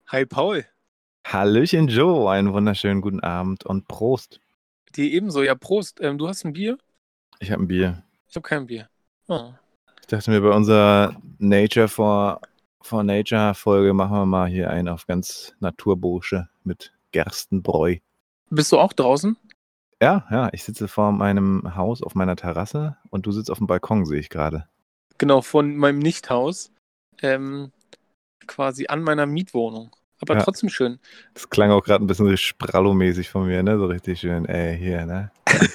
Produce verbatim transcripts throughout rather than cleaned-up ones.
Hi Paul, Hallöchen Joe, einen wunderschönen guten Abend und Prost. dir ebenso. Ja, Prost. Ähm, du hast ein Bier? Ich habe ein Bier. Ich habe kein Bier. Oh. Ich dachte mir, bei unserer Nature for, for Nature Folge machen wir mal hier einen auf ganz Naturbursche mit Gerstenbräu. Bist du auch draußen? Ja, ja, ich sitze vor meinem Haus auf meiner Terrasse und du sitzt auf dem Balkon, sehe ich gerade. Genau, von meinem Nichthaus. Ähm, quasi an meiner Mietwohnung. Aber Ja, trotzdem schön. das klang auch gerade ein bisschen Sprallo-mäßig von mir, ne? So richtig schön, ey, hier, ne?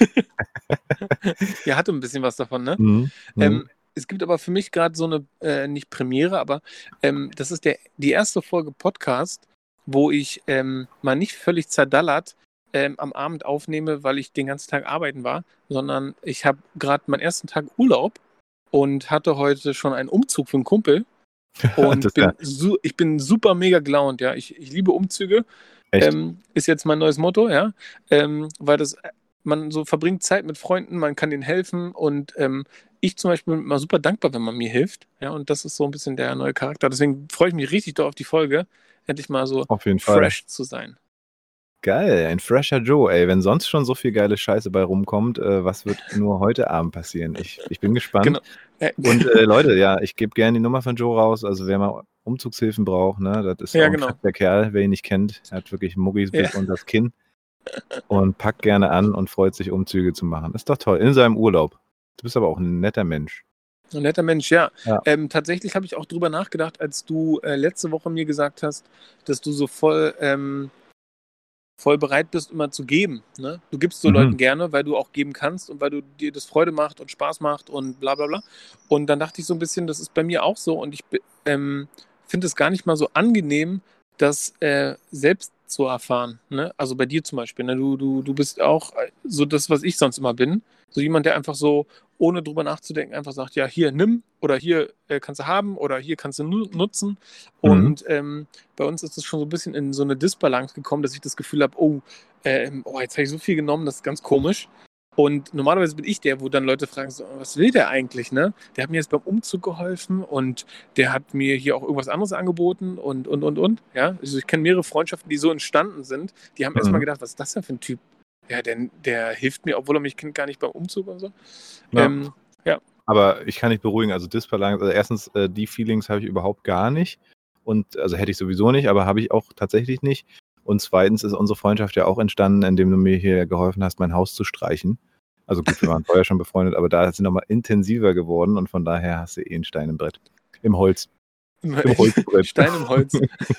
Ja, hatte ein bisschen was davon, ne? Mhm. Mhm. Ähm, es gibt aber für mich gerade so eine, äh, nicht Premiere, aber ähm, das ist der, die erste Folge Podcast, wo ich ähm, mal nicht völlig zerdallert ähm, am Abend aufnehme, weil ich den ganzen Tag arbeiten war, sondern ich habe gerade meinen ersten Tag Urlaub und hatte heute schon einen Umzug für einen Kumpel Das und ist ja bin su ich bin super mega gelaunt, ja. Ich, ich liebe Umzüge, echt. ähm, ist jetzt mein neues Motto, ja. Ähm, weil das, man so verbringt Zeit mit Freunden, man kann denen helfen und ähm, ich zum Beispiel bin immer super dankbar, wenn man mir hilft, ja. Und das ist so ein bisschen der neue Charakter. Deswegen freue ich mich richtig doll auf die Folge, endlich mal so Auf jeden Fall. fresh zu sein. Geil, ein fresher Joe, ey. Wenn sonst schon so viel geile Scheiße bei rumkommt, äh, was wird nur heute Abend passieren? Ich, ich bin gespannt. Genau. Äh, Und äh, Leute, ja, ich gebe gerne die Nummer von Joe raus. Also wer mal Umzugshilfen braucht, ne, das ist ja, auch ein genau. kranker Kerl, wer ihn nicht kennt. Er hat wirklich Muggis Ja. bis unter das Kinn und packt gerne an und freut sich, Umzüge zu machen. Ist doch toll. In seinem Urlaub. Du bist aber auch ein netter Mensch. Ein netter Mensch, ja. Ja. Ähm, tatsächlich habe ich auch drüber nachgedacht, als du äh, letzte Woche mir gesagt hast, dass du so voll ähm, voll bereit bist, immer zu geben. Ne? Du gibst so Mhm. Leuten gerne, weil du auch geben kannst und weil du dir das Freude macht und Spaß macht und bla bla bla. Und dann dachte ich so ein bisschen, das ist bei mir auch so und ich ähm, finde es gar nicht mal so angenehm, das äh, selbst zu erfahren. Ne? Also bei dir zum Beispiel. Ne? Du, du, du bist auch so das, was ich sonst immer bin. So jemand, der einfach so, ohne drüber nachzudenken, einfach sagt, ja, hier nimm oder hier äh, kannst du haben oder hier kannst du nu- nutzen. Mhm. Und ähm, bei uns ist es schon so ein bisschen in so eine Disbalance gekommen, dass ich das Gefühl habe, oh, ähm, oh, jetzt habe ich so viel genommen, das ist ganz komisch. Und normalerweise bin ich der, wo dann Leute fragen, so, was will der eigentlich, ne? Der hat mir jetzt beim Umzug geholfen und der hat mir hier auch irgendwas anderes angeboten und, und, und, und. Ja, also ich kenne mehrere Freundschaften, die so entstanden sind. Die haben erstmal Mhm. gedacht, was ist das denn für ein Typ? Ja, der, der hilft mir, obwohl er mich kennt, gar nicht beim Umzug und so. Ja. Ähm, ja. Aber ich kann dich beruhigen, also Disbalance, also erstens, äh, die Feelings habe ich überhaupt gar nicht. Und also hätte ich sowieso nicht, aber habe ich auch tatsächlich nicht. Und zweitens ist unsere Freundschaft ja auch entstanden, indem du mir hier geholfen hast, mein Haus zu streichen. Also gut, wir waren vorher schon befreundet, aber da ist sie nochmal intensiver geworden und von daher hast du eh einen Stein im Brett. Im Holz. Im Holzbrett. Stein im Holz.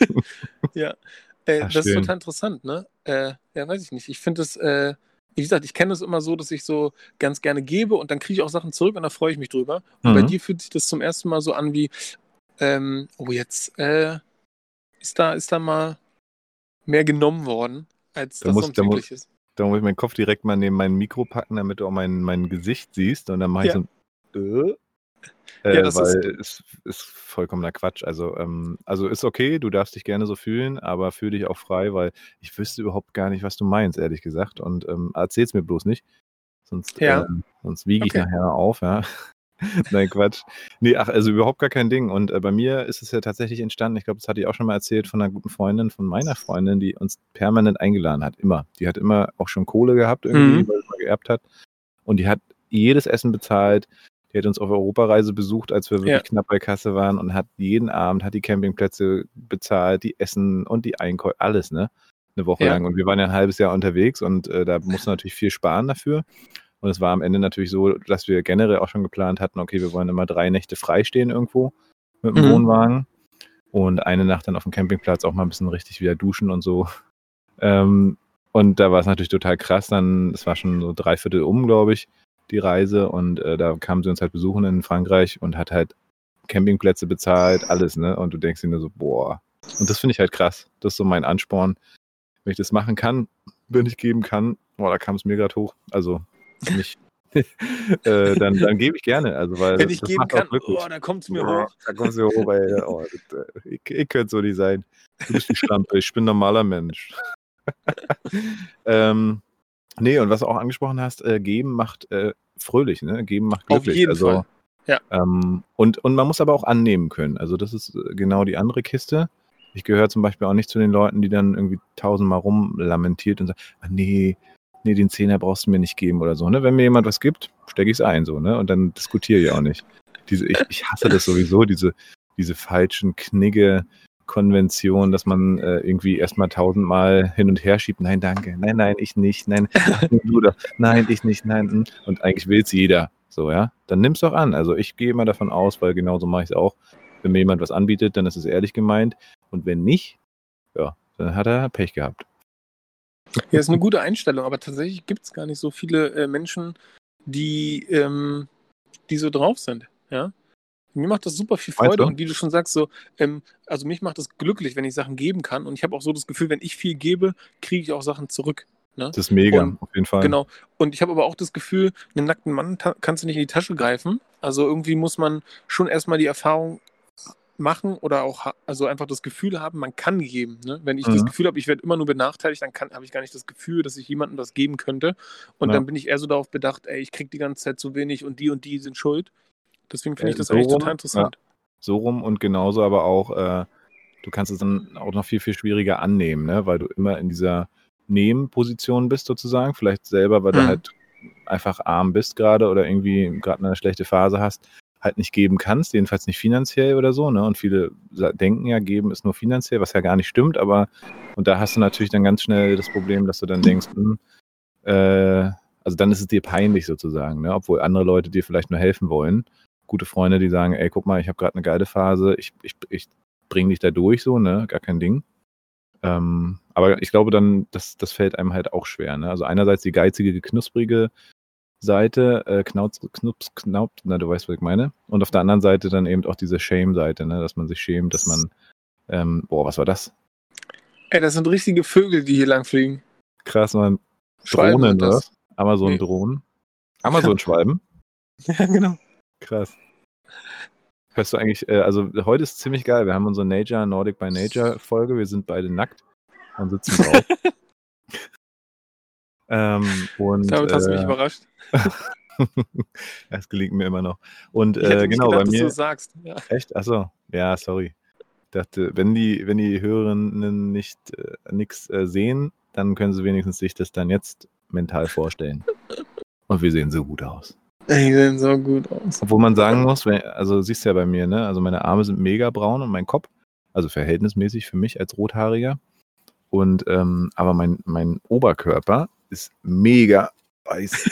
Ja. Äh, Ach, das ist schön. total interessant, ne? Äh, ja, weiß ich nicht. Ich finde es, äh, wie gesagt, ich kenne es immer so, dass ich so ganz gerne gebe und dann kriege ich auch Sachen zurück und da freue ich mich drüber. Und bei Mhm. dir fühlt sich das zum ersten Mal so an wie, ähm, oh, jetzt äh, ist da, ist da mal mehr genommen worden, als Da das muss, sonst da, muss, üblich ist. da muss ich meinen Kopf direkt mal neben mein Mikro packen, damit du auch mein, mein Gesicht siehst. Und dann mache ich Ja. so ein äh, Ja, Äh, das ist, weil es ist vollkommener Quatsch. Also, ähm, also ist okay, du darfst dich gerne so fühlen, aber fühl dich auch frei, weil ich wüsste überhaupt gar nicht, was du meinst, ehrlich gesagt. Und ähm, erzähl's mir bloß nicht, sonst, äh, ja, sonst wiege ich okay. nachher auf, ja. Nein, Quatsch. Nee, ach, also überhaupt gar kein Ding. Und äh, bei mir ist es ja tatsächlich entstanden, ich glaube, das hatte ich auch schon mal erzählt von einer guten Freundin, von meiner Freundin, die uns permanent eingeladen hat, immer. Die hat immer auch schon Kohle gehabt irgendwie, Mhm. weil sie mal geerbt hat. Und die hat jedes Essen bezahlt. Die hat uns auf Europareise besucht, als wir wirklich Ja. knapp bei Kasse waren und hat jeden Abend hat die Campingplätze bezahlt, die Essen und die Einkäufe, alles, ne? Eine Woche Ja. lang. Und wir waren ja ein halbes Jahr unterwegs und äh, da mussten wir natürlich viel sparen dafür. Und es war am Ende natürlich so, dass wir generell auch schon geplant hatten, okay, wir wollen immer drei Nächte freistehen irgendwo mit dem Mhm. Wohnwagen und eine Nacht dann auf dem Campingplatz auch mal ein bisschen richtig wieder duschen und so. Ähm, und da war es natürlich total krass. Dann, es war schon so dreiviertel um, glaube ich, die Reise. Und äh, da kam sie uns halt besuchen in Frankreich und hat halt Campingplätze bezahlt, alles, ne? Und du denkst dir nur so, boah. Und das finde ich halt krass. Das ist so mein Ansporn. Wenn ich das machen kann, wenn ich geben kann, boah, da kam es mir gerade hoch. Also nicht. äh, dann, dann gebe ich gerne. Also, weil Wenn ich das geben macht auch kann, glücklich. oh, da kommt es mir Boah, hoch. da kommst du hoch, ey. Oh, das, äh, ich, ich könnte so nicht sein. Du bist die Schlampe, ich bin ein normaler Mensch. ähm, nee, und was du auch angesprochen hast, äh, geben macht äh, fröhlich, ne? Geben macht Auf glücklich. jeden Also, Fall. Ja. ähm, und, und man muss aber auch annehmen können. Also, das ist äh, genau die andere Kiste. Ich gehöre zum Beispiel auch nicht zu den Leuten, die dann irgendwie tausendmal rumlamentiert und sagen, ah, nee, nee, den Zehner brauchst du mir nicht geben oder so. Ne? Wenn mir jemand was gibt, stecke ich es ein so, ne? Und dann diskutiere ich auch nicht. Diese, ich, ich hasse das sowieso, diese, diese falschen Knigge. Konvention, dass man äh, irgendwie erstmal tausendmal hin und her schiebt, nein, danke, nein, nein, ich nicht, nein, du doch, nein, ich nicht, nein, und eigentlich will es jeder, so, ja, dann nimm's doch an, also ich gehe mal davon aus, weil genauso mache ich es auch, wenn mir jemand was anbietet, dann ist es ehrlich gemeint, und wenn nicht, ja, dann hat er Pech gehabt. Ja, ist eine gute Einstellung, aber tatsächlich gibt es gar nicht so viele äh, Menschen, die, ähm, die so drauf sind, ja. Mir macht das super viel Freude und wie du schon sagst, so, ähm, also mich macht das glücklich, wenn ich Sachen geben kann und ich habe auch so das Gefühl, wenn ich viel gebe, kriege ich auch Sachen zurück. Ne? Das ist mega, und, auf jeden Fall. Genau. Und ich habe aber auch das Gefühl, einen nackten Mann ta- kannst du nicht in die Tasche greifen. Also irgendwie muss man schon erstmal die Erfahrung machen oder auch ha- also einfach das Gefühl haben, man kann geben. Ne? Wenn ich Mhm. das Gefühl habe, ich werde immer nur benachteiligt, dann habe ich gar nicht das Gefühl, dass ich jemandem was geben könnte. Und Ja. dann bin ich eher so darauf bedacht, ey, ich kriege die ganze Zeit zu wenig und die und die sind schuld. Deswegen finde ich das so eigentlich rum, total interessant. Ja. So rum und genauso aber auch, äh, du kannst es dann auch noch viel, viel schwieriger annehmen, ne? Weil du immer in dieser Nehmen-Position bist sozusagen, vielleicht selber, weil Mhm. du halt einfach arm bist gerade oder irgendwie gerade eine schlechte Phase hast, halt nicht geben kannst, jedenfalls nicht finanziell oder so, ne? Und viele sa- denken ja, geben ist nur finanziell, was ja gar nicht stimmt, aber und da hast du natürlich dann ganz schnell das Problem, dass du dann denkst, hm, äh, also dann ist es dir peinlich sozusagen, ne? Obwohl andere Leute dir vielleicht nur helfen wollen. Gute Freunde, die sagen, ey, guck mal, ich habe gerade eine geile Phase, ich, ich, ich bringe dich da durch, so, ne, gar kein Ding. Ähm, aber ich glaube dann, das, das fällt einem halt auch schwer, ne? Also einerseits die geizige, knusprige Seite, äh, Knauz, Knups, Knaup, na, du weißt, was ich meine. Und auf der anderen Seite dann eben auch diese Shame-Seite, ne, dass man sich schämt, dass man, ähm, boah, was war das? Ey, das sind richtige Vögel, die hier lang fliegen. Krass, man, Schwalben Drohnen, sind das. was? Amazon-Drohnen. Amazon-Schwalben? Ja, genau. Krass. Hörst du eigentlich, äh, also heute ist ziemlich geil. Wir haben unsere Nature, Nordic by Nature Folge. Wir sind beide nackt und sitzen drauf. ähm, und, Damit hast du mich äh, überrascht. Das gelingt mir immer noch. Und Ich hätte äh, nicht genau, gedacht, bei dass du mir. es sagst. Ja. Echt? Achso, ja, sorry. Ich dachte, wenn die, wenn die Hörerinnen nicht äh, nichts äh, sehen, dann können sie wenigstens sich das dann jetzt mental vorstellen. Und wir sehen so gut aus. Ey, die sehen so gut aus. Obwohl man sagen muss, wenn, also siehst du ja bei mir, ne? Also meine Arme sind mega braun und mein Kopf, also verhältnismäßig für mich als Rothaariger. Und ähm, aber mein, mein Oberkörper ist mega weiß.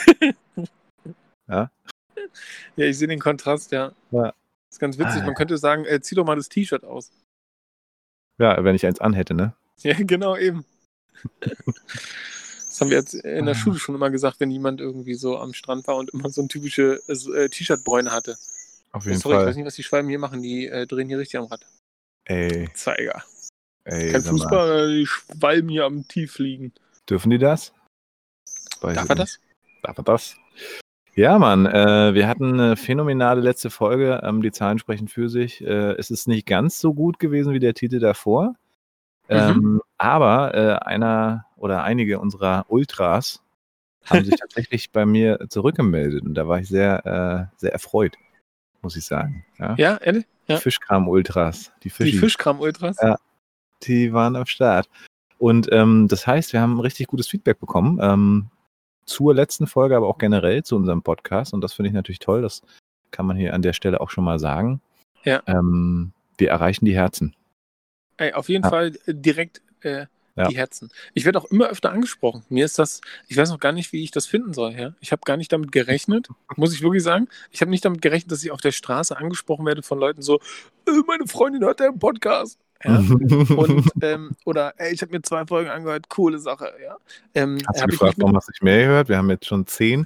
Ja. Ja, ich sehe den Kontrast, ja. Ja. Ist ganz witzig. Man könnte sagen, äh, zieh doch mal das T-Shirt aus. Ja, wenn ich eins anhätte, ne? Ja, genau, eben. Das haben wir jetzt in der Schule schon immer gesagt, wenn jemand irgendwie so am Strand war und immer so ein typische äh, T-Shirt-Bräune hatte. Auf jeden Sorry, Fall. ich weiß nicht, was die Schwalben hier machen. Die äh, drehen hier richtig am Rad. Ey. Zeiger. Ey, Kein sag mal. Fußball, die Schwalben hier am Tief liegen. Dürfen die das? Weiß Darf ich er nicht. das? Darf er das? Ja, Mann, äh, wir hatten eine phänomenale letzte Folge. Ähm, die Zahlen sprechen für sich. Äh, es ist nicht ganz so gut gewesen wie der Titel davor. Ähm, Mhm. aber äh, einer oder einige unserer Ultras haben sich tatsächlich bei mir zurückgemeldet. Und da war ich sehr, äh, sehr erfreut, muss ich sagen. Ja, Ja, ehrlich? Ja. Fischkram-Ultras. Die, Die Fischis. Fischkram-Ultras? Ja, die waren am Start. Und ähm, das heißt, wir haben richtig gutes Feedback bekommen. Ähm, zur letzten Folge, aber auch generell zu unserem Podcast. Und das finde ich natürlich toll. Das kann man hier an der Stelle auch schon mal sagen. Ja. Ähm, wir erreichen die Herzen. Ey, auf jeden Ja. Fall äh, direkt äh, Ja. die Herzen. Ich werde auch immer öfter angesprochen. Mir ist das, ich weiß noch gar nicht, wie ich das finden soll. Ja? Ich habe gar nicht damit gerechnet, muss ich wirklich sagen. Ich habe nicht damit gerechnet, dass ich auf der Straße angesprochen werde von Leuten so, äh, meine Freundin hört deinen Podcast. Ja? Und, ähm, oder, ey, ich habe mir zwei Folgen angehört, coole Sache. Ja? Ähm, Hast du hab ich gefragt, nicht mit- warum hast du nicht mehr gehört? Wir haben jetzt schon zehn.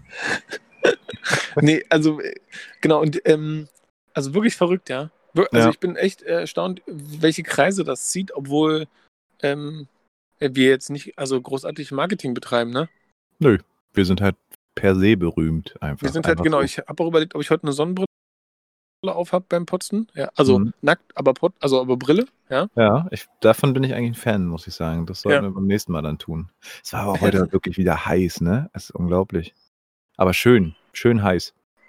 Nee, also, äh, genau, und ähm, also wirklich verrückt, ja. Wir- Also Ja. ich bin echt äh, erstaunt, welche Kreise das zieht, obwohl ähm, wir jetzt nicht also großartig Marketing betreiben, ne? Nö, wir sind halt per se berühmt einfach. Wir sind halt, einfach genau, so. ich habe auch überlegt, ob ich heute eine Sonnenbrille auf habe beim Putzen. Ja, also Mhm. nackt, aber Pot, also aber Brille, ja. Ja, ich, davon bin ich eigentlich ein Fan, muss ich sagen. Das sollten Ja. wir beim nächsten Mal dann tun. Es war aber heute wirklich wieder heiß, ne? Es ist unglaublich. Aber schön, schön heiß. Ja,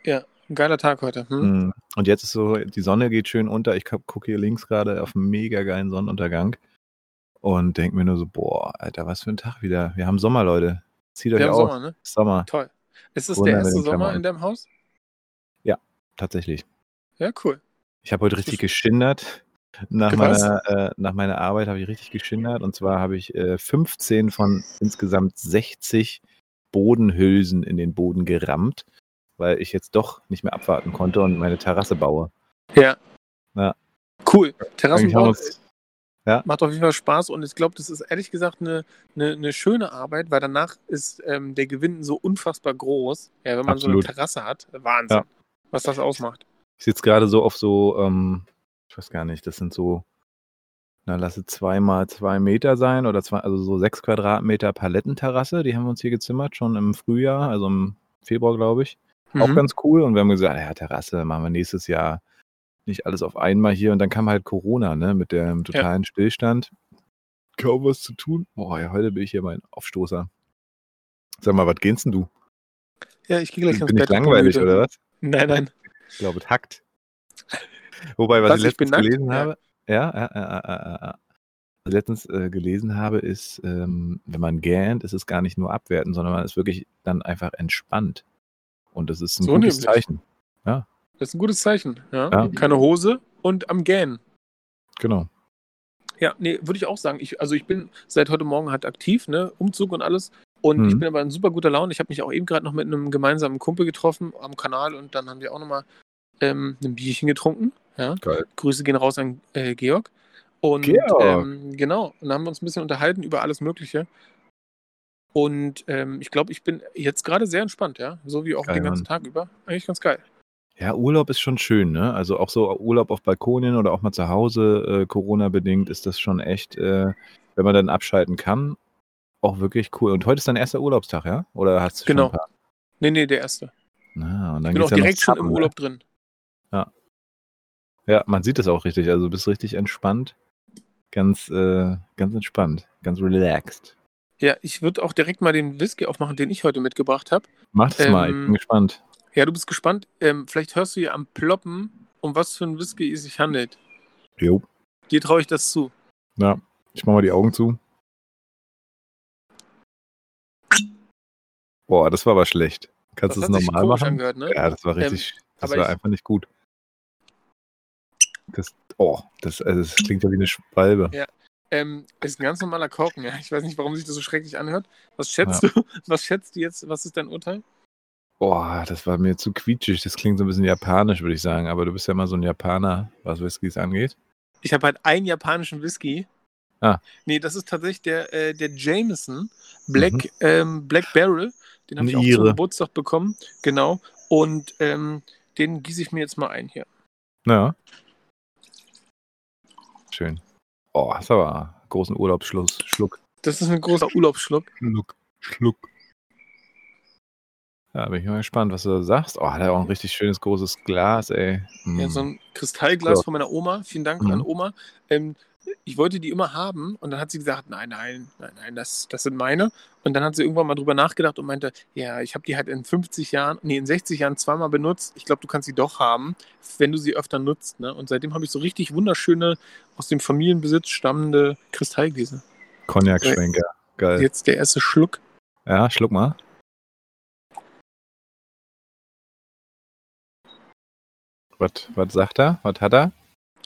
Ein geiler Tag heute. Hm? Mhm. Und jetzt ist so, die Sonne geht schön unter. Ich gucke hier links gerade auf einen mega geilen Sonnenuntergang und denke mir nur so, boah, Alter, was für ein Tag wieder. Wir haben Sommer, Leute. Zieht euch Wir haben aus. Sommer, ne? Sommer. Toll. Ist es der Wunder mit erste den Sommer Klamotten. in deinem Haus? Ja, tatsächlich. Ja, cool. Ich habe heute Das richtig ist- geschindert. Nach Was? meiner, äh, nach meiner Arbeit habe ich richtig geschindert. Und zwar habe ich äh, fünfzehn von insgesamt sechzig Bodenhülsen in den Boden gerammt, weil ich jetzt doch nicht mehr abwarten konnte und meine Terrasse baue. Ja. Ja. Cool. Eigentlich haben Terrassenbau wir uns, ja, macht auf jeden Fall Spaß und ich glaube, das ist ehrlich gesagt eine, eine, eine schöne Arbeit, weil danach ist ähm, der Gewinn so unfassbar groß. Ja, wenn man Absolut. so eine Terrasse hat. Wahnsinn, Ja. was das ausmacht. ich sitze gerade so auf so, ähm, ich weiß gar nicht, das sind so, na, lasse zwei mal zwei Meter sein oder zwei, also so sechs Quadratmeter Palettenterrasse. Die haben wir uns hier gezimmert, schon im Frühjahr, also im Februar, glaube ich. Auch Mhm. ganz cool. Und wir haben gesagt, ja, Terrasse machen wir nächstes Jahr nicht alles auf einmal hier. Und dann kam halt Corona, ne, mit dem totalen Stillstand. Kaum was zu tun. Boah, ja, heute bin ich hier mein Aufstoßer. Sag mal, was gehst denn du? Ja, ich gehe gleich ins Bin ich Bett. bin langweilig, müde. oder was? Nein, nein. Ich glaube, es hackt. Wobei, was, Was, ich ich bin letztens nackt? gelesen Ja. habe, ja, ja, ja, ja, ja, ja. Was ich letztens äh, gelesen habe, ist, ähm, wenn man gähnt, ist es gar nicht nur abwertend, sondern man ist wirklich dann einfach entspannt. Und das ist ein So gutes nämlich. Zeichen. Das ist ein gutes Zeichen. Ja. Ja. Keine Hose und am Gähnen. Genau. Ja, nee, würde ich auch sagen. Ich, also ich bin seit heute Morgen halt aktiv, ne, Umzug und alles. Und ich Mhm. bin aber in super guter Laune. Ich habe mich auch eben gerade noch mit einem gemeinsamen Kumpel getroffen am Kanal und dann haben wir auch nochmal ähm, ein Bierchen getrunken. Ja. Geil. Grüße gehen raus an äh, Georg. Und Georg. Ähm, genau, und dann haben wir uns ein bisschen unterhalten über alles Mögliche. Und ähm, ich glaube, ich bin jetzt gerade sehr entspannt, ja. So wie auch Geil, den ganzen Mann. Tag über. Eigentlich ganz geil. Ja, Urlaub ist schon schön, ne? Also auch so Urlaub auf Balkonien oder auch mal zu Hause, äh, Corona-bedingt, ist das schon echt, äh, wenn man dann abschalten kann, auch wirklich cool. Und heute ist dein erster Urlaubstag, ja? Oder hast du Genau. schon ein paar? Nee, nee, der erste. Na, und Ich dann bin geht's auch ja noch direkt schon zappen, im ne? Urlaub drin. Ja, man sieht das auch richtig. Also du bist richtig entspannt. Ganz, äh, ganz entspannt. Ganz relaxed. Ja, ich würde auch direkt mal den Whisky aufmachen, den ich heute mitgebracht habe. Mach das mal, ich bin Ähm, gespannt. Ja, du bist gespannt. Ähm, vielleicht hörst du hier am Ploppen, um was für ein Whisky es sich handelt. Jo. Dir traue ich das zu. Ja, ich mach mal die Augen zu. Boah, das war aber schlecht. Kannst du Das es hat sich normal komisch machen? angehört, ne? Ja, das war richtig, das aber war ich- einfach nicht gut. Das, oh, das, also das klingt ja wie eine Schwalbe. Ja. Ähm, ist ein ganz normaler Korken, ja. Ich weiß nicht, warum sich das so schrecklich anhört. Was schätzt du? Was schätzt du jetzt? Was ist dein Urteil? Boah, das war mir zu quietschig. Das klingt so ein bisschen japanisch, würde ich sagen. Aber du bist ja mal so ein Japaner, was Whiskys angeht. Ich habe halt einen japanischen Whisky. Ah. Nee, das ist tatsächlich der, äh, der Jameson Black, Mhm. ähm, Black Barrel. Den habe Ein ich auch Ire. zum Geburtstag bekommen. Genau. Und ähm, den gieße ich mir jetzt mal ein hier. Ja. Schön. Oh, das ist aber einen großen Urlaubsschluss. Schluck. Das ist ein großer Urlaubsschluck. Schluck. Schluck. Ja, bin ich mal gespannt, was du da sagst. Oh, hat er auch ein richtig schönes großes Glas, ey. Mm. Ja, so ein Kristallglas Ja. von meiner Oma. Vielen Dank Mhm. an Oma. Ähm, ich wollte die immer haben und dann hat sie gesagt, nein, nein, nein, nein, das, das sind meine. Und dann hat sie irgendwann mal drüber nachgedacht und meinte, ja, ich habe die halt in fünfzig Jahren, nee, in sechzig Jahren zweimal benutzt. Ich glaube, du kannst sie doch haben, wenn du sie öfter nutzt. Ne? Und seitdem habe ich so richtig wunderschöne, aus dem Familienbesitz stammende Kristallgläser. Cognac-Schwenker. Geil. Jetzt der erste Schluck. Ja, schluck mal. Was, was sagt er? Was hat er?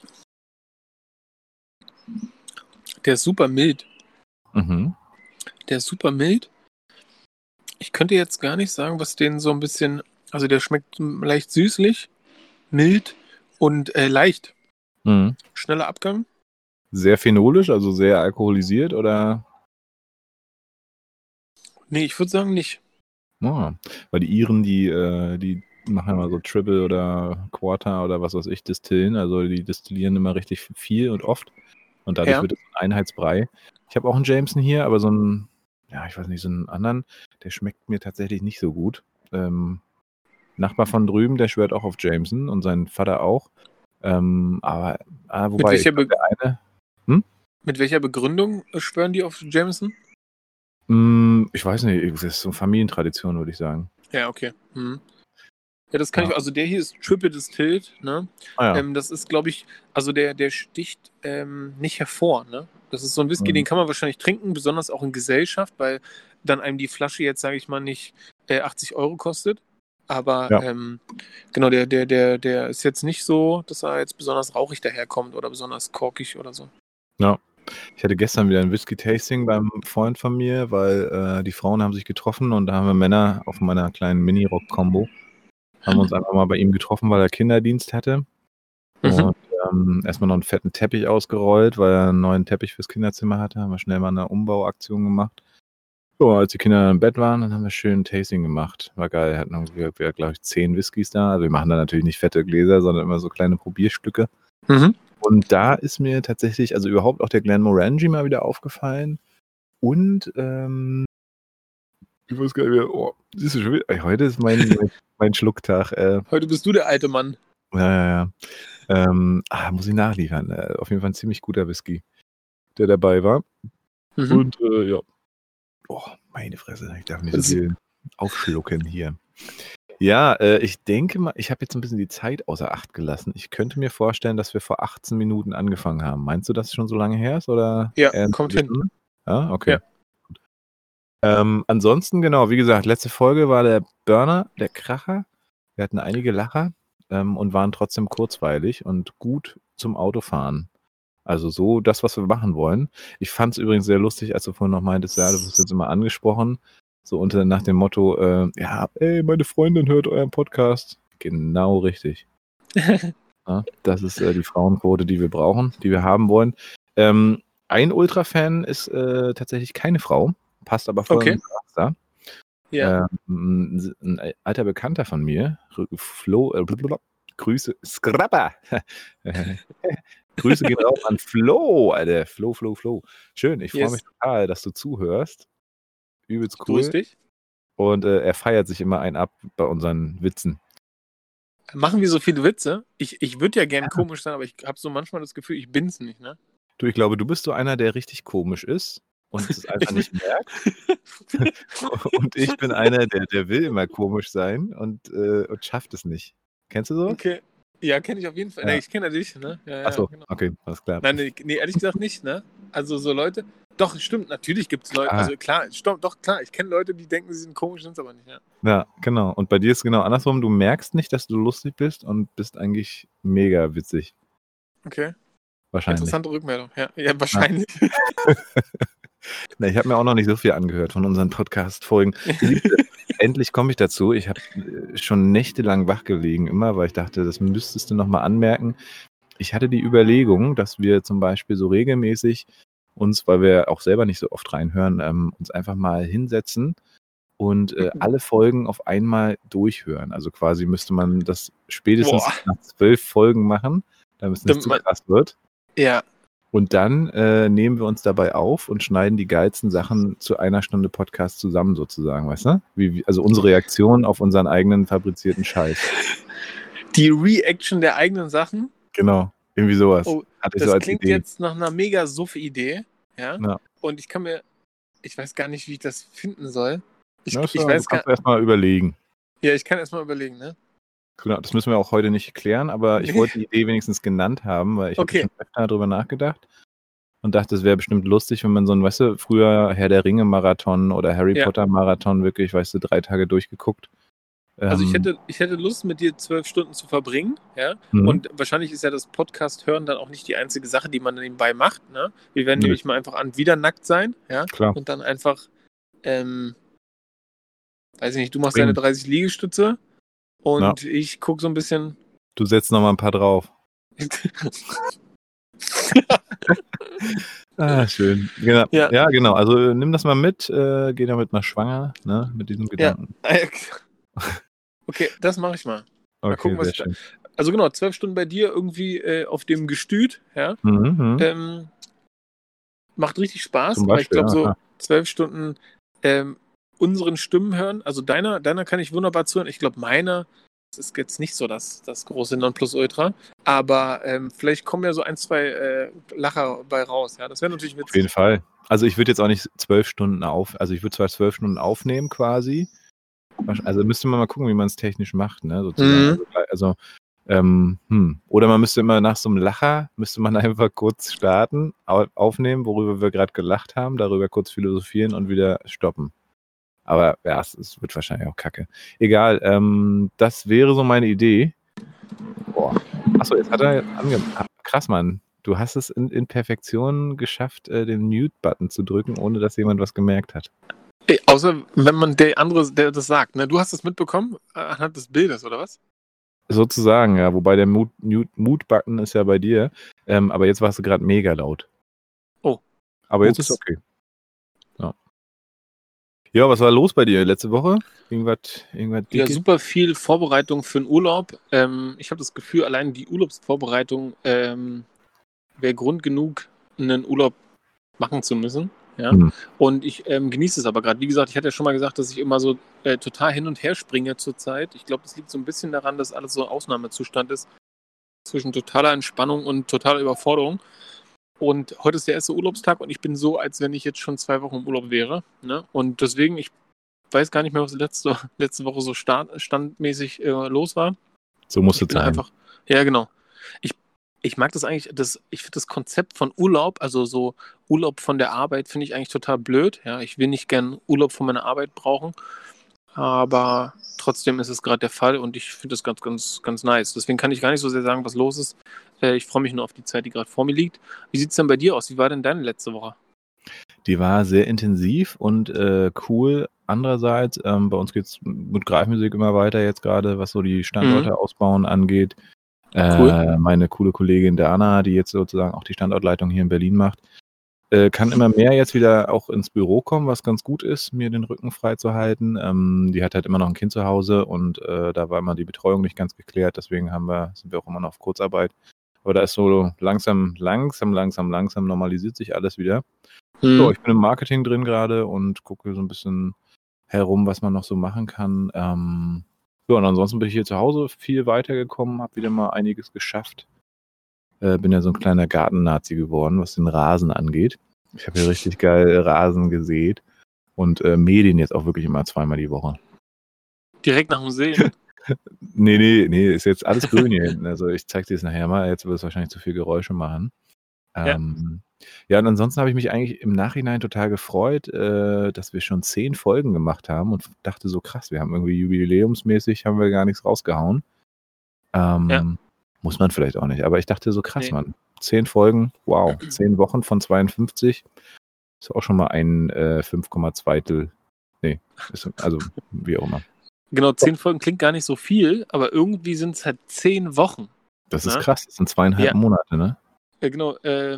Der ist super mild. Mhm. Der ist super mild. Ich könnte jetzt gar nicht sagen, was den so ein bisschen, also der schmeckt leicht süßlich, mild und äh, leicht. Mhm. Schneller Abgang. Sehr phenolisch, also sehr alkoholisiert, oder? Nee, ich würde sagen nicht. Ja, weil die Iren, die, äh, die machen immer so Triple oder Quarter oder was weiß ich, Distillen. Also die destillieren immer richtig viel und oft. Und dadurch Ja. wird es ein Einheitsbrei. Ich habe auch einen Jameson hier, aber so einen, ja, ich weiß nicht, so einen anderen, der schmeckt mir tatsächlich nicht so gut. Ähm, Nachbar von drüben, der schwört auch auf Jameson und sein Vater auch. Ähm, aber, ah, Mit wobei, welcher, ich glaub, Be der eine, hm? mit welcher Begründung äh, schwören die auf Jameson? Hm, ich weiß nicht, das ist so Familientradition, würde ich sagen. Ja, okay. Hm. Ja, das kann Ja. ich, also der hier ist Triple Distilled, ne? Ah ja. Ähm, das ist, glaube ich, also der, der sticht ähm, nicht hervor, ne? Das ist so ein Whisky, Mhm. den kann man wahrscheinlich trinken, besonders auch in Gesellschaft, weil dann einem die Flasche jetzt, sage ich mal, nicht äh, achtzig Euro kostet. Aber Ja. ähm, genau, der, der, der, der ist jetzt nicht so, dass er jetzt besonders rauchig daherkommt oder besonders korkig oder so. Ja. Ich hatte gestern wieder ein Whisky-Tasting beim Freund von mir, weil äh, die Frauen haben sich getroffen und da haben wir Männer auf meiner kleinen Mini-Rock-Kombo haben wir uns einfach mal bei ihm getroffen, weil er Kinderdienst hatte. Mhm. Und ähm, erstmal noch einen fetten Teppich ausgerollt, weil er einen neuen Teppich fürs Kinderzimmer hatte. Haben wir schnell mal eine Umbauaktion gemacht. So, als die Kinder im Bett waren, dann haben wir schön ein Tasting gemacht. War geil. Wir hatten irgendwie, glaube ich, zehn Whiskys da. Also wir machen da natürlich nicht fette Gläser, sondern immer so kleine Probierstücke. Mhm. Und da ist mir tatsächlich, also überhaupt auch der Glenmorangie mal wieder aufgefallen. Und, ähm, ich weiß gar nicht mehr, oh, siehst du schon wieder, ey, heute ist mein, mein, mein Schlucktag. Äh, Heute bist du der alte Mann. ja, ja, ja. Ähm, ah, muss ich nachliefern. Äh, auf jeden Fall ein ziemlich guter Whisky, der dabei war. Mhm. Und, äh, ja. Oh, meine Fresse, ich darf nicht so Das- viel aufschlucken hier. Ja, äh, ich denke mal, ich habe jetzt ein bisschen die Zeit außer Acht gelassen. Ich könnte mir vorstellen, dass wir vor achtzehn Minuten angefangen haben. Meinst du, dass es schon so lange her ist? Oder Ja, eher eine kommt hin. Stunde? Ja, okay. Ja. Gut. Ähm, ansonsten, genau, wie gesagt, letzte Folge war der Burner, der Kracher. Wir hatten einige Lacher ähm, und waren trotzdem kurzweilig und gut zum Autofahren. Also so das, was wir machen wollen. Ich fand es übrigens sehr lustig, als du vorhin noch meintest, ja, du wirst jetzt immer angesprochen, so unter nach dem Motto, äh, ja, ey, meine Freundin hört euren Podcast. Genau richtig. Ja, das ist äh, die Frauenquote, die wir brauchen, die wir haben wollen. Ähm, ein Ultra-Fan ist äh, tatsächlich keine Frau, passt aber voll Okay. ins Raster. Ja. Ähm, ein, ein alter Bekannter von mir, Flo, äh, blablabla, Grüße, Scrapper. Grüße gehen raus an Flo, Alter. Flo, Flo, Flo. Schön, ich freue Yes. mich total, dass du zuhörst. Übelst Grüß cool. dich. Und äh, er feiert sich immer einen ab bei unseren Witzen. Machen wir so viele Witze? Ich, ich würde ja gern komisch sein, aber ich habe so manchmal das Gefühl, ich bin's nicht, ne? Du, ich glaube, du bist so einer, der richtig komisch ist und es einfach Ich nicht merkt. Und ich bin einer, der, der will immer komisch sein und, äh, und schafft es nicht. Kennst du sowas? Okay. Ja, kenne ich auf jeden Fall. Ja. Nee, ich kenne dich, ne? Ja, ja, Achso, genau. okay, alles klar. Nein, nee, nee, ehrlich gesagt nicht, ne? Also so Leute. Doch, stimmt, natürlich gibt es Leute. Klar. Also klar, stimmt, doch, klar, ich kenne Leute, die denken, sie sind komisch, sind es aber nicht, ja. Ja, genau. Und bei dir ist es genau andersrum. Du merkst nicht, dass du lustig bist und bist eigentlich mega witzig. Okay. Wahrscheinlich. Interessante Rückmeldung. Ja, ja wahrscheinlich. Na, ich habe mir auch noch nicht so viel angehört von unseren Podcast-Folgen. Endlich komme ich dazu. Ich habe äh, schon nächtelang wach gelegen, immer, weil ich dachte, das müsstest du nochmal anmerken. Ich hatte die Überlegung, dass wir zum Beispiel so regelmäßig uns, weil wir auch selber nicht so oft reinhören, ähm, uns einfach mal hinsetzen und äh, alle Folgen auf einmal durchhören. Also quasi müsste man das spätestens Boah. nach zwölf Folgen machen, damit es nicht Damit zu man- krass wird. Ja, Und dann äh, nehmen wir uns dabei auf und schneiden die geilsten Sachen zu einer Stunde Podcast zusammen sozusagen, weißt du? Wie, wie, also unsere Reaktion auf unseren eigenen fabrizierten Scheiß. die Reaction der eigenen Sachen. Genau, irgendwie sowas. Oh, Hatte ich das so als klingt Idee. jetzt nach einer mega Suff-Idee. Ja? Ja. Und ich kann mir, ich weiß gar nicht, wie ich das finden soll. Ich, Na, ich so, weiß du gar kannst erstmal überlegen. Ja, ich kann erst mal überlegen, ne? Genau, das müssen wir auch heute nicht klären, aber ich Nee. wollte die Idee wenigstens genannt haben, weil ich Okay. habe schon öfter darüber nachgedacht und dachte, es wäre bestimmt lustig, wenn man so ein, weißt du, früher Herr der Ringe-Marathon oder Harry Ja. Potter-Marathon wirklich, weißt du, drei Tage durchgeguckt. Also ich Ähm, hätte, ich hätte Lust, mit dir zwölf Stunden zu verbringen, ja. mhm. Und wahrscheinlich ist ja das Podcast hören dann auch nicht die einzige Sache, die man nebenbei macht, ne? Wir werden Nö. nämlich mal einfach an wieder nackt sein, ja. Klar. Und dann einfach, ähm, weiß ich nicht, du machst Springen. deine dreißig Liegestütze und ich guck so ein bisschen. Du setzt noch mal ein paar drauf. Ah, schön. Genau. Ja. Ja. genau. Also äh, nimm das mal mit, äh, geh damit mal schwanger, ne, mit diesem Gedanken. Okay, das mache ich mal. Okay, gucken, was sehr ich da- schön. Also genau, zwölf Stunden bei dir irgendwie äh, auf dem Gestüt, ja. Mhm, mhm. Ähm, macht richtig Spaß, Zum aber ich Beispiel, glaube, ja, so klar. zwölf Stunden ähm, unseren Stimmen hören, also deiner, deiner kann ich wunderbar zuhören. Ich glaube, meiner das ist jetzt nicht so das, das große Nonplusultra, aber ähm, vielleicht kommen ja so ein, zwei äh, Lacher bei raus. Ja, das wäre natürlich Auf jeden witzig. Fall. Also ich würde jetzt auch nicht zwölf Stunden auf, also ich würde zwar zwölf Stunden aufnehmen quasi, Also müsste man mal gucken, wie man es technisch macht, ne? Sozusagen. Mhm. Also, also ähm, hm. Oder man müsste immer nach so einem Lacher, müsste man einfach kurz starten, au- aufnehmen, worüber wir gerade gelacht haben, darüber kurz philosophieren und wieder stoppen. Aber ja, es, es wird wahrscheinlich auch kacke. Egal, ähm, das wäre so meine Idee. Boah. Achso, jetzt hat er ange... Ah, krass, Mann. Du hast es in, in Perfektion geschafft, äh, den Mute-Button zu drücken, ohne dass jemand was gemerkt hat. Ey, außer wenn man der andere, der das sagt, ne? Du hast das mitbekommen äh, anhand des Bildes, oder was? Sozusagen, ja. Wobei der Mute- Mute- Mute-Button ist ja bei dir. Ähm, aber jetzt warst du gerade mega laut. Oh. Aber jetzt Ups. ist okay. Ja. Ja, was war los bei dir letzte Woche? Irgendwas, irgendwas Ja, Dickes? super viel Vorbereitung für den Urlaub. Ähm, ich habe das Gefühl, allein die Urlaubsvorbereitung ähm, wäre Grund genug, einen Urlaub machen zu müssen. Ja? Hm. Und ich ähm, genieße es aber gerade. Wie gesagt, ich hatte ja schon mal gesagt, dass ich immer so äh, total hin und her springe zurzeit. Ich glaube, das liegt so ein bisschen daran, dass alles so Ausnahmezustand ist. Zwischen totaler Entspannung und totaler Überforderung. Und heute ist der erste Urlaubstag und ich bin so, als wenn ich jetzt schon zwei Wochen im Urlaub wäre. Ne? Und deswegen, ich weiß gar nicht mehr, was letzte, letzte Woche so start, standmäßig äh, los war. So musste Ich es bin sein. einfach, ja genau. Ich, ich mag das eigentlich, das, ich finde das Konzept von Urlaub, also so Urlaub von der Arbeit, finde ich eigentlich total blöd. Ja, ich will nicht gern Urlaub von meiner Arbeit brauchen, aber trotzdem ist es gerade der Fall und ich finde das ganz, ganz, ganz nice. Deswegen kann ich gar nicht so sehr sagen, was los ist. Äh, ich freue mich nur auf die Zeit, die gerade vor mir liegt. Wie sieht es denn bei dir aus? Wie war denn deine letzte Woche? Die war sehr intensiv und äh, cool. Andererseits, ähm, bei uns geht es mit Greifmusik immer weiter jetzt gerade, was so die Standorte Mhm. ausbauen angeht. Äh, Cool. Meine coole Kollegin der Anna, die jetzt sozusagen auch die Standortleitung hier in Berlin macht, äh, kann immer mehr jetzt wieder auch ins Büro kommen, was ganz gut ist, mir den Rücken frei zu halten. Ähm, die hat halt immer noch ein Kind zu Hause und äh, da war immer die Betreuung nicht ganz geklärt, deswegen haben wir, sind wir auch immer noch auf Kurzarbeit. Aber da ist so langsam, langsam, langsam, langsam normalisiert sich alles wieder. Mhm. So, ich bin im Marketing drin gerade und gucke so ein bisschen herum, was man noch so machen kann. Ähm, ja, und ansonsten bin ich hier zu Hause viel weitergekommen, habe wieder mal einiges geschafft. Äh, bin ja so ein kleiner Garten-Nazi geworden, was den Rasen angeht. Ich habe hier richtig geil Rasen gesät und äh, mähe den jetzt auch wirklich immer zweimal die Woche. Direkt nach dem Sehen. Nee, nee, nee, ist jetzt alles grün hier hinten. Also ich zeig dir es nachher mal. Jetzt wird es wahrscheinlich zu viel Geräusche machen. Ja. Ähm, ja, und ansonsten habe ich mich eigentlich im Nachhinein total gefreut, äh, dass wir schon zehn Folgen gemacht haben und dachte so krass, wir haben irgendwie jubiläumsmäßig, haben wir gar nichts rausgehauen. Ähm, Ja. Muss man vielleicht auch nicht, aber ich dachte so krass, Nee. Mann. Zehn Folgen, wow, zehn Wochen von zweiundfünfzig, ist auch schon mal ein äh, fünf Komma zwei. Nee, ist, also wie auch immer. Genau, zehn Folgen klingt gar nicht so viel, aber irgendwie sind es halt zehn Wochen. Das ist Ne? krass, das sind zweieinhalb Ja. Monate, ne? Ja, genau. Äh,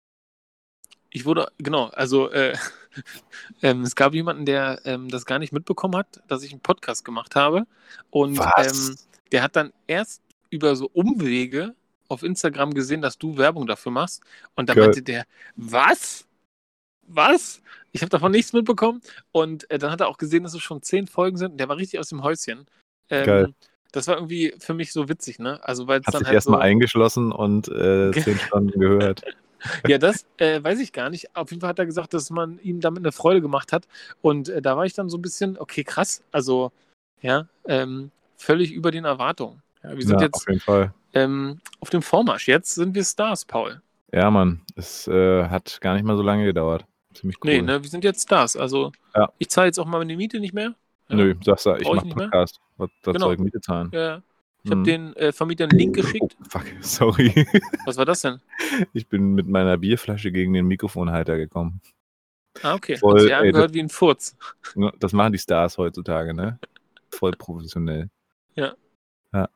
ich wurde, genau, also äh, ähm, es gab jemanden, der ähm, das gar nicht mitbekommen hat, dass ich einen Podcast gemacht habe. Und Was? ähm, der hat dann erst über so Umwege auf Instagram gesehen, dass du Werbung dafür machst. Und dann Geil. meinte der, was? Was? Ich habe davon nichts mitbekommen. Und äh, dann hat er auch gesehen, dass es schon zehn Folgen sind. Und der war richtig aus dem Häuschen. Geil. Ähm, das war irgendwie für mich so witzig, ne? Also weil es Hat dann sich halt erstmal so. eingeschlossen und äh, zehn Stunden gehört. Ja, das äh, weiß ich gar nicht. Auf jeden Fall hat er gesagt, dass man ihm damit eine Freude gemacht hat. Und äh, da war ich dann so ein bisschen, okay, krass. Also, ja, ähm, völlig über den Erwartungen. Ja, wir sind Ja, jetzt auf jeden Fall. ähm, auf dem Vormarsch. Jetzt sind wir Stars, Paul. Ja, Mann, es äh, hat gar nicht mal so lange gedauert. Ziemlich cool. Nee, ne, wir sind jetzt Stars. Also, Ja. ich zahle jetzt auch mal meine Miete nicht mehr. Ja, Nö, sagst du, ich brauche ich mach nicht mehr. Podcast. Was, was Genau. soll ich Miete zahlen? Ja, ich habe Mhm. den äh, Vermieter einen Link geschickt. Oh, fuck, sorry. Was war das denn? Ich bin mit meiner Bierflasche gegen den Mikrofonhalter gekommen. Ah, okay. Hat Voll, sich ey, angehört wie ein Furz. das, das machen die Stars heutzutage, ne? Voll professionell. Ja. Ja.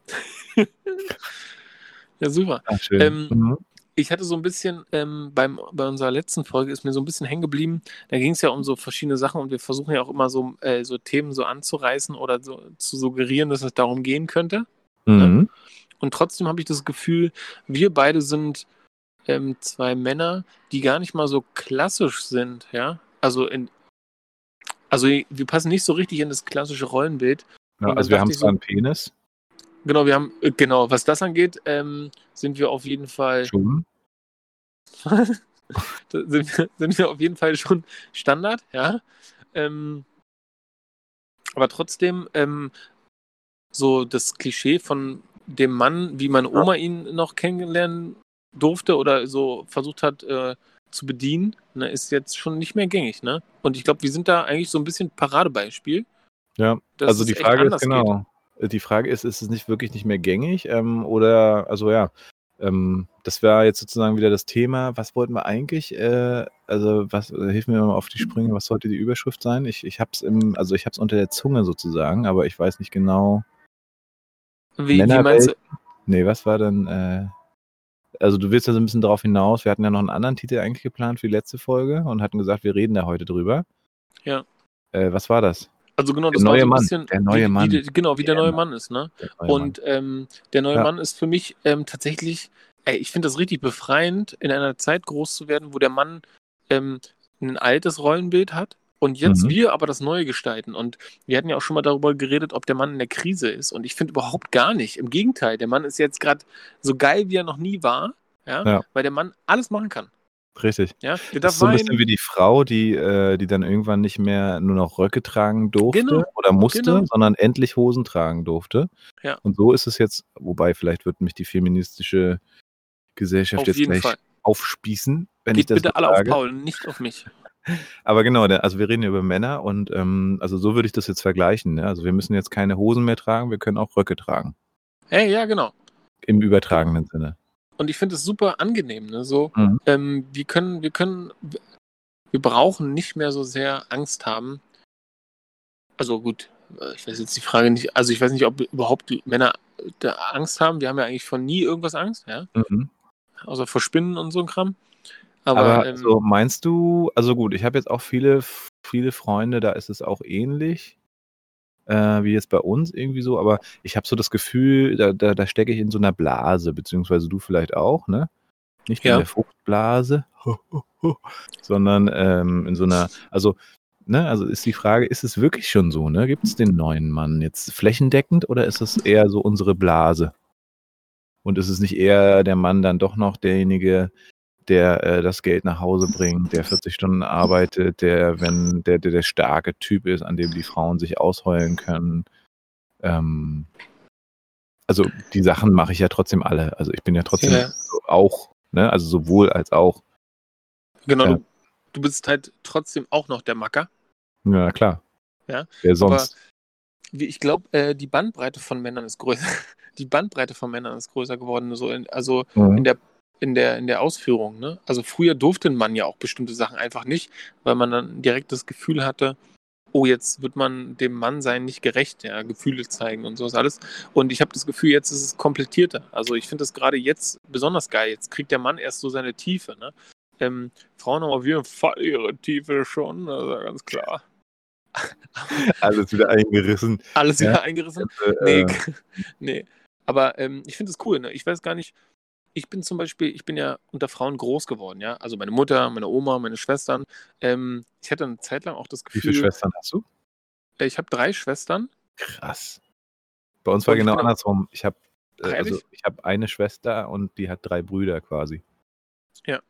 Ja, super. Ah, schön. Ähm, Mhm. Ich hatte so ein bisschen, ähm, beim, bei unserer letzten Folge ist mir so ein bisschen hängen geblieben. Da ging es ja um so verschiedene Sachen und wir versuchen ja auch immer so, äh, so Themen so anzureißen oder so zu suggerieren, dass es darum gehen könnte. Ne? Mhm. Und trotzdem habe ich das Gefühl, wir beide sind ähm, zwei Männer, die gar nicht mal so klassisch sind, ja. Also in, also wir passen nicht so richtig in das klassische Rollenbild. Ja, Und dann also wir dachte haben ich zwar so, einen Penis. genau, wir haben, äh, genau, was das angeht, ähm, sind wir auf jeden Fall. Schon. Da sind wir, sind wir auf jeden Fall schon Standard, ja. Ähm, Aber trotzdem, ähm, so das Klischee von dem Mann, wie meine Oma ihn noch kennenlernen durfte oder so versucht hat äh, zu bedienen, ne, ist jetzt schon nicht mehr gängig, ne? Und ich glaube, wir sind da eigentlich so ein bisschen Paradebeispiel, Ja, dass also es die echt Frage ist anders geht. genau, äh, die Frage ist, ist es nicht wirklich nicht mehr gängig? Ähm, oder, also ja, ähm, das wäre jetzt sozusagen wieder das Thema. Was wollten wir eigentlich? Äh, also was, äh, hilf mir mal auf die Sprünge, was sollte die Überschrift sein? Ich, ich hab's im, also ich hab's unter der Zunge sozusagen, aber ich weiß nicht genau. Wie, wie meinst Männerwelt? du? Nee, was war denn, äh, also du willst ja so ein bisschen darauf hinaus, wir hatten ja noch einen anderen Titel eigentlich geplant für die letzte Folge und hatten gesagt, wir reden da heute drüber. Ja. Äh, was war das? Also genau, Der das war neue so ein Mann, bisschen, der wie, neue wie, Mann, der- genau, wie der der neue Mann, Mann ist, ne? der neue Mann. Und ähm, der neue Ja. Mann ist für mich ähm, tatsächlich, ey, ich finde das richtig befreiend, in einer Zeit groß zu werden, wo der Mann ähm, ein altes Rollenbild hat und jetzt Mhm. wir aber das Neue gestalten. Und wir hatten ja auch schon mal darüber geredet, ob der Mann in der Krise ist. Und ich finde überhaupt gar nicht. Im Gegenteil, der Mann ist jetzt gerade so geil, wie er noch nie war, ja, Ja. weil der Mann alles machen kann. Richtig. Ja, der Das ist darf so ein bisschen weinen. wie die Frau, die, äh, die dann irgendwann nicht mehr nur noch Röcke tragen durfte Genau, oder musste, genau. sondern endlich Hosen tragen durfte. Ja. Und so ist es jetzt, wobei vielleicht wird mich die feministische Gesellschaft Auf jetzt jeden gleich Fall. aufspießen, wenn ich Geht das so bitte alle auf sage. Paul, nicht auf mich. Aber genau, der, also wir reden ja über Männer und ähm, also so würde ich das jetzt vergleichen. Ne? Also wir müssen jetzt keine Hosen mehr tragen, wir können auch Röcke tragen. Hey, ja, genau. Im übertragenen Sinne. Und ich finde es super angenehm, ne? So, Mhm. ähm, wir können, wir können, wir brauchen nicht mehr so sehr Angst haben. Also gut, äh, ich weiß jetzt die Frage nicht, also ich weiß nicht, ob überhaupt die Männer da Angst haben. Wir haben ja eigentlich von nie irgendwas Angst, ja. Mhm. Außer vor Spinnen und so ein Kram. Aber, Aber ähm, so meinst du, also gut, ich habe jetzt auch viele, viele Freunde, da ist es auch ähnlich, äh, wie jetzt bei uns irgendwie so, aber ich habe so das Gefühl, da, da, da stecke ich in so einer Blase, beziehungsweise du vielleicht auch, ne? Nicht in ja, der Fruchtblase, sondern ähm, in so einer, also, ne, also ist die Frage, ist es wirklich schon so, ne? Gibt es den neuen Mann jetzt flächendeckend oder ist es eher so unsere Blase? Und ist es nicht eher der Mann dann doch noch derjenige, der äh, das Geld nach Hause bringt, der vierzig Stunden arbeitet, der, wenn der, der der starke Typ ist, an dem die Frauen sich ausheulen können. Ähm, also die Sachen mache ich ja trotzdem alle. Also ich bin ja trotzdem ja, so auch, ne? Also sowohl als auch. genau, Äh, du, du bist halt trotzdem auch noch der Macker, ja, klar. ja. Wer Aber sonst? wie, ich glaube, äh, die Bandbreite von Männern ist größer. Die Bandbreite von Männern ist größer geworden, so in, also Mhm. in der in der in der Ausführung, ne? Also früher durfte ein Mann ja auch bestimmte Sachen einfach nicht, weil man dann direkt das Gefühl hatte, oh, jetzt wird man dem Mannsein nicht gerecht, ja, Gefühle zeigen und sowas alles. Und ich habe das Gefühl, jetzt ist es komplettierter. Also ich finde das gerade jetzt besonders geil. Jetzt kriegt der Mann erst so seine Tiefe, ne? Ähm, Frauen haben auf jeden Fall ihre Tiefe schon, also ganz klar. Alles wieder eingerissen. Alles Ja, wieder eingerissen? äh, Nee, äh, nee. Aber ähm, ich finde es cool, ne? Ich weiß gar nicht, ich bin zum Beispiel, ich bin ja unter Frauen groß geworden, ja. Also meine Mutter, meine Oma, meine Schwestern. Ähm, ich hatte eine Zeit lang auch das wie viele Gefühl, Schwestern hast du? äh, ich habe drei Schwestern Krass. Bei uns war und ich genau bin auch, andersrum. Ich habe ach äh, also ehrlich? ich habe eine Schwester und die hat drei Brüder quasi. Ja.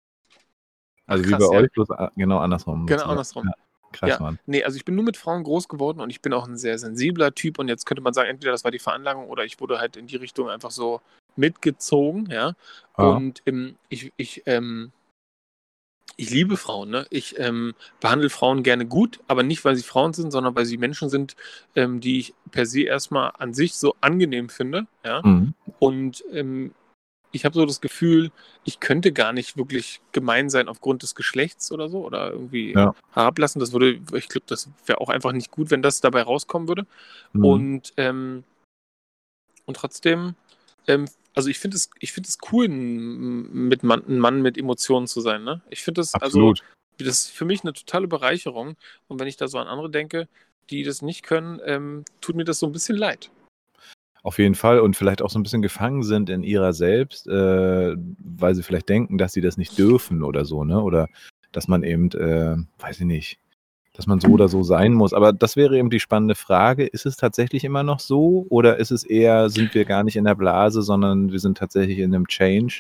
Ach Also wie bei krass, ja. euch, bloß a- genau andersrum Genau sozusagen. andersrum. Ja, krass, Ja. Mann. Nee, also ich bin nur mit Frauen groß geworden und ich bin auch ein sehr sensibler Typ und jetzt könnte man sagen, entweder das war die Veranlagung oder ich wurde halt in die Richtung einfach so mitgezogen, ja. Ja. Und ähm, ich, ich, ähm, ich liebe Frauen, ne? Ich ähm, behandle Frauen gerne gut, aber nicht, weil sie Frauen sind, sondern weil sie Menschen sind, ähm, die ich per se erstmal an sich so angenehm finde, ja. Mhm. Und ähm, ich habe so das Gefühl, ich könnte gar nicht wirklich gemein sein aufgrund des Geschlechts oder so oder irgendwie Ja. herablassen. Das würde, ich glaube, das wäre auch einfach nicht gut, wenn das dabei rauskommen würde. Mhm. Und, ähm, und trotzdem, ähm, also ich finde es, ich finde es cool, ein, mit Mann, ein Mann mit Emotionen zu sein. Ne? Ich finde das, also, Absolut. das ist für mich eine totale Bereicherung. Und wenn ich da so an andere denke, die das nicht können, ähm, tut mir das so ein bisschen leid. Auf jeden Fall und vielleicht auch so ein bisschen gefangen sind in ihrer selbst, äh, weil sie vielleicht denken, dass sie das nicht dürfen oder so, ne? Oder dass man eben, äh, weiß ich nicht, dass man so oder so sein muss. Aber das wäre eben die spannende Frage. Ist es tatsächlich immer noch so oder ist es eher, sind wir gar nicht in der Blase, sondern wir sind tatsächlich in einem Change?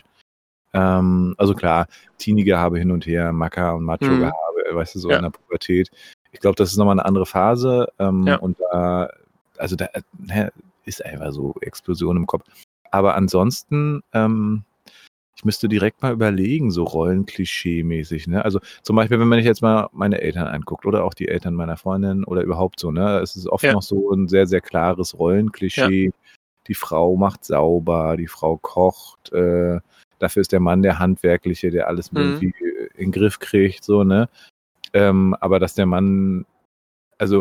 Ähm, also klar, Teenie-Gehabe hin und her, Macker und Mhm. Macho-Gehabe, weißt du, so Ja. in der Pubertät. ich glaube, das ist nochmal eine andere Phase. Ähm, Ja. Und da, also da ne, ist einfach so Explosion im Kopf. Aber ansonsten, ähm, ich müsste direkt mal überlegen, so Rollenklischee-mäßig, ne? Also zum Beispiel, wenn man sich jetzt mal meine Eltern anguckt oder auch die Eltern meiner Freundin oder überhaupt so, ne? Es ist oft Ja. noch so ein sehr, sehr klares Rollenklischee. Die Frau macht sauber, die Frau kocht, äh, dafür ist der Mann der Handwerkliche, der alles Mhm. irgendwie in den Griff kriegt, so, ne? Ähm, aber dass der Mann, also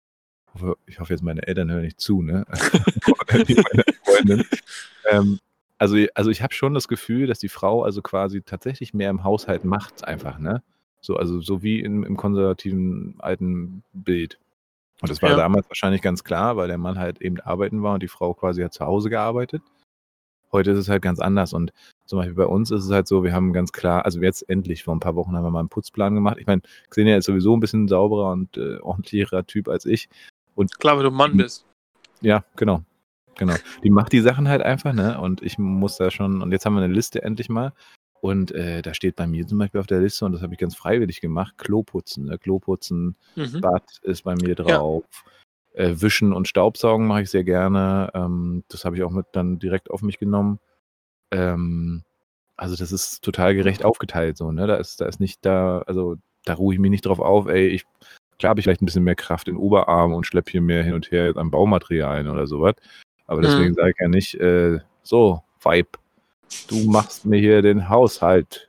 ich hoffe jetzt, meine Eltern hören nicht zu, ne? Oder die meine Freundin. Ähm, also, also ich habe schon das Gefühl, dass die Frau also quasi tatsächlich mehr im Haushalt macht einfach, ne? So, also so wie im, im konservativen alten Bild. Und das war Ja. damals wahrscheinlich ganz klar, weil der Mann halt eben arbeiten war und die Frau quasi hat zu Hause gearbeitet. Heute ist es halt ganz anders und zum Beispiel bei uns ist es halt so, wir haben ganz klar, also jetzt endlich, vor ein paar Wochen haben wir mal einen Putzplan gemacht. Ich meine, Xenia ist sowieso ein bisschen sauberer und äh, ordentlicherer Typ als ich. Und Klar, weil du Mann bist. ja, genau. Genau. Die macht die Sachen halt einfach, ne? Und ich muss da schon, und jetzt haben wir eine Liste endlich mal. Und äh, da steht bei mir zum Beispiel auf der Liste, und das habe ich ganz freiwillig gemacht, Kloputzen. Ne? Kloputzen, Mhm. Bad ist bei mir drauf. Äh, Wischen und Staubsaugen mache ich sehr gerne. Ähm, das habe ich auch mit dann direkt auf mich genommen. Ähm, also das ist total gerecht aufgeteilt so, ne? Da ist, da ist nicht da, also da ruhe ich mich nicht drauf auf, ey, ich, klar habe ich vielleicht ein bisschen mehr Kraft in Oberarm und schleppe hier mehr hin und her an Baumaterialien oder sowas. Aber deswegen Mhm. sage ich ja nicht, äh, so, Vibe, du machst mir hier den Haushalt.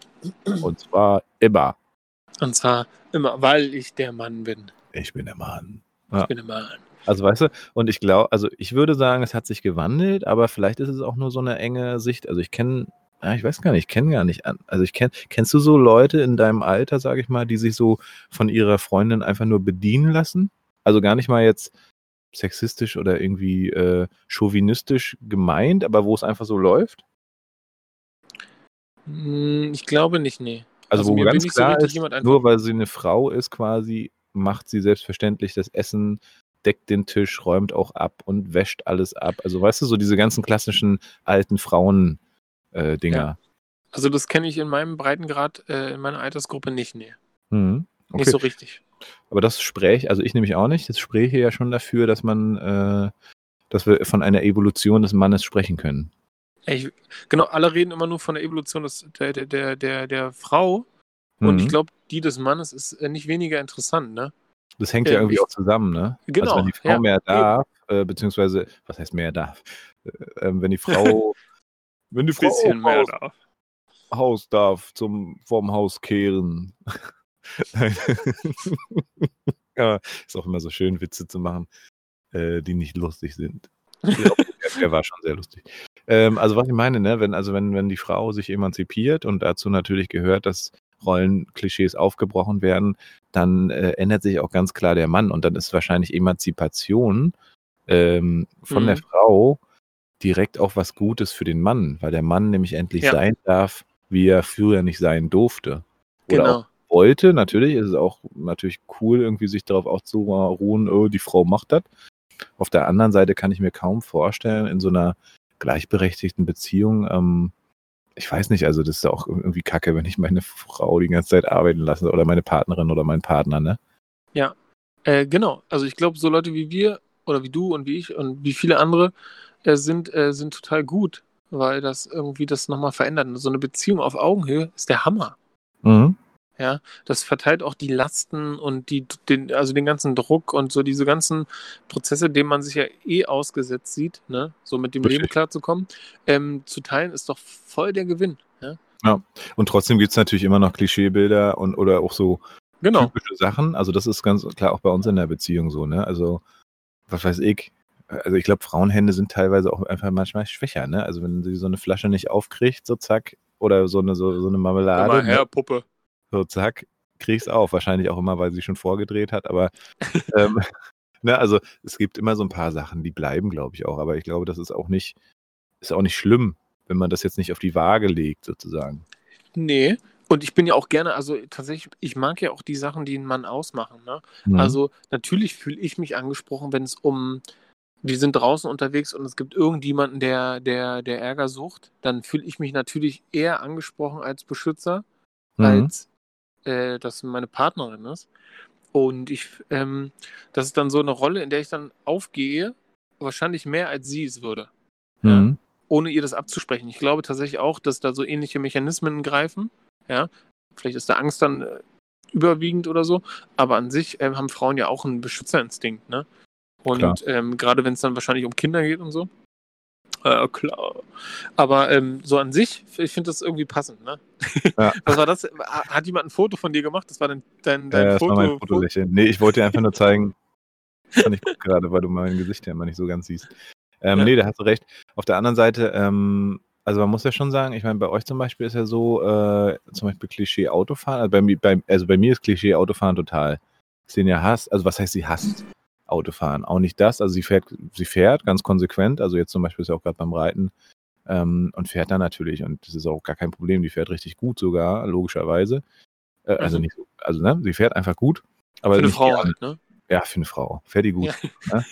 Und zwar immer. Und zwar immer, weil ich der Mann bin. Ich bin der Mann. Ich Ja. bin der Mann. Also weißt du, und ich glaube, also ich würde sagen, es hat sich gewandelt, aber vielleicht ist es auch nur so eine enge Sicht. Also ich kenne, ja, ich weiß gar nicht, ich kenne gar nicht, an- also ich kenne, kennst du so Leute in deinem Alter, sage ich mal, die sich so von ihrer Freundin einfach nur bedienen lassen? Also gar nicht mal jetzt sexistisch oder irgendwie äh, chauvinistisch gemeint, aber wo es einfach so läuft? Hm, Ich glaube nicht, nee. Also Also wo mir will ganz nicht so klar richtig ist, jemand nur einfach. weil sie eine Frau ist quasi, macht sie selbstverständlich das Essen, deckt den Tisch, räumt auch ab und wäscht alles ab. Also weißt du, so diese ganzen klassischen alten Frauen äh, Dinger. Ja. Also das kenne ich in meinem Breitengrad, äh, in meiner Altersgruppe nicht, nee. Mhm. Nicht Okay. so richtig. Aber das Spräch, also ich nämlich auch nicht, das spräche ja schon dafür, dass man, äh, dass wir von einer Evolution des Mannes sprechen können. Ich, genau, alle reden immer nur von der Evolution des, der, der, der, der, der Frau. Und Mhm. ich glaube, die des Mannes ist äh, nicht weniger interessant, ne? Das hängt ja Ähm, irgendwie ich, auch zusammen, ne? Also genau, wenn die Frau ja, mehr eben. darf, äh, beziehungsweise, was heißt mehr darf? Äh, ähm, wenn die Frau, wenn die Ein Frau auch bisschen mehr Haus, darf. Haus darf, zum vorm Haus kehren. Nein. Ja, ist auch immer so schön, Witze zu machen, äh, die nicht lustig sind. Ja, okay, der, der war schon sehr lustig. Ähm, also was ich meine, ne, wenn, also wenn, wenn die Frau sich emanzipiert und dazu natürlich gehört, dass Rollenklischees aufgebrochen werden, dann äh, ändert sich auch ganz klar der Mann und dann ist wahrscheinlich Emanzipation ähm, von der Mhm. Frau direkt auch was Gutes für den Mann, weil der Mann nämlich endlich Ja. sein darf, wie er früher nicht sein durfte. Oder Genau. auch wollte, natürlich, ist es auch natürlich cool, irgendwie sich darauf auch zu ruhen, oh, die Frau macht das. Auf der anderen Seite kann ich mir kaum vorstellen, in so einer gleichberechtigten Beziehung, ähm, ich weiß nicht, also das ist auch irgendwie kacke, wenn ich meine Frau die ganze Zeit arbeiten lasse oder meine Partnerin oder meinen Partner, ne? Ja. Äh, genau. Also ich glaube, so Leute wie wir oder wie du und wie ich und wie viele andere äh, sind, äh, sind total gut, weil das irgendwie das nochmal verändert. Und so eine Beziehung auf Augenhöhe ist der Hammer. Mhm. Ja, das verteilt auch die Lasten und die, den, also den ganzen Druck und so diese ganzen Prozesse, denen man sich ja eh ausgesetzt sieht, ne, so mit dem Leben Richtig. klarzukommen, ähm, zu teilen, ist doch voll der Gewinn. Ja, Ja. Und trotzdem gibt es natürlich immer noch Klischeebilder und oder auch so genau. typische Sachen. Also das ist ganz klar auch bei uns in der Beziehung so, ne? Also, was weiß ich. Also ich glaube, Frauenhände sind teilweise auch einfach manchmal schwächer, ne? Also wenn sie so eine Flasche nicht aufkriegt, so zack, oder so eine, so, so eine Komm Marmelade, mal her, ne? Puppe. So zack, krieg's auf. Wahrscheinlich auch immer, weil sie schon vorgedreht hat, aber ähm, ne, also es gibt immer so ein paar Sachen, die bleiben, glaube ich auch. Aber ich glaube, das ist auch nicht, ist auch nicht schlimm, wenn man das jetzt nicht auf die Waage legt, sozusagen. Nee. Und ich bin ja auch gerne, also tatsächlich, ich mag ja auch die Sachen, die einen Mann ausmachen. Ne? Mhm. Also natürlich fühle ich mich angesprochen, wenn es um, wir sind draußen unterwegs und es gibt irgendjemanden, der, der, der Ärger sucht, dann fühle ich mich natürlich eher angesprochen als Beschützer, Mhm. als äh, das meine Partnerin ist. Und ich, ähm, das ist dann so eine Rolle, in der ich dann aufgehe, wahrscheinlich mehr als sie es würde. Ja? Mhm. Ohne ihr das abzusprechen. Ich glaube tatsächlich auch, dass da so ähnliche Mechanismen greifen. Ja? Vielleicht ist da Angst dann äh, überwiegend oder so, aber an sich äh, haben Frauen ja auch einen Beschützerinstinkt, ne? Klar. Und ähm, gerade wenn es dann wahrscheinlich um Kinder geht und so. Äh, klar. Aber ähm, so an sich, ich finde das irgendwie passend, ne? Ja. Was war das? Hat jemand ein Foto von dir gemacht? Das war dein, dein, dein Ja, das Foto. war mein Fotolächeln. Nee, ich wollte dir einfach nur zeigen, das fand ich gut gerade, weil du mein Gesicht ja immer nicht so ganz siehst. Ähm, Ja. Nee, da hast du recht. Auf der anderen Seite, ähm, also man muss ja schon sagen, ich meine, bei euch zum Beispiel ist ja so, äh, zum Beispiel Klischee Autofahren, also bei, mi- bei, also bei mir ist Klischee Autofahren total. Xenia hasst, also was heißt sie hasst Autofahren? Auch nicht das, also sie fährt, sie fährt ganz konsequent, also jetzt zum Beispiel ist sie auch gerade beim Reiten ähm, und fährt dann natürlich und das ist auch gar kein Problem, die fährt richtig gut sogar, logischerweise. Äh, also Mhm. nicht so, also ne, sie fährt einfach gut, aber Für eine nicht Frau gerne. halt, ne? Ja, für eine Frau. Fährt die gut. Ja. Ne?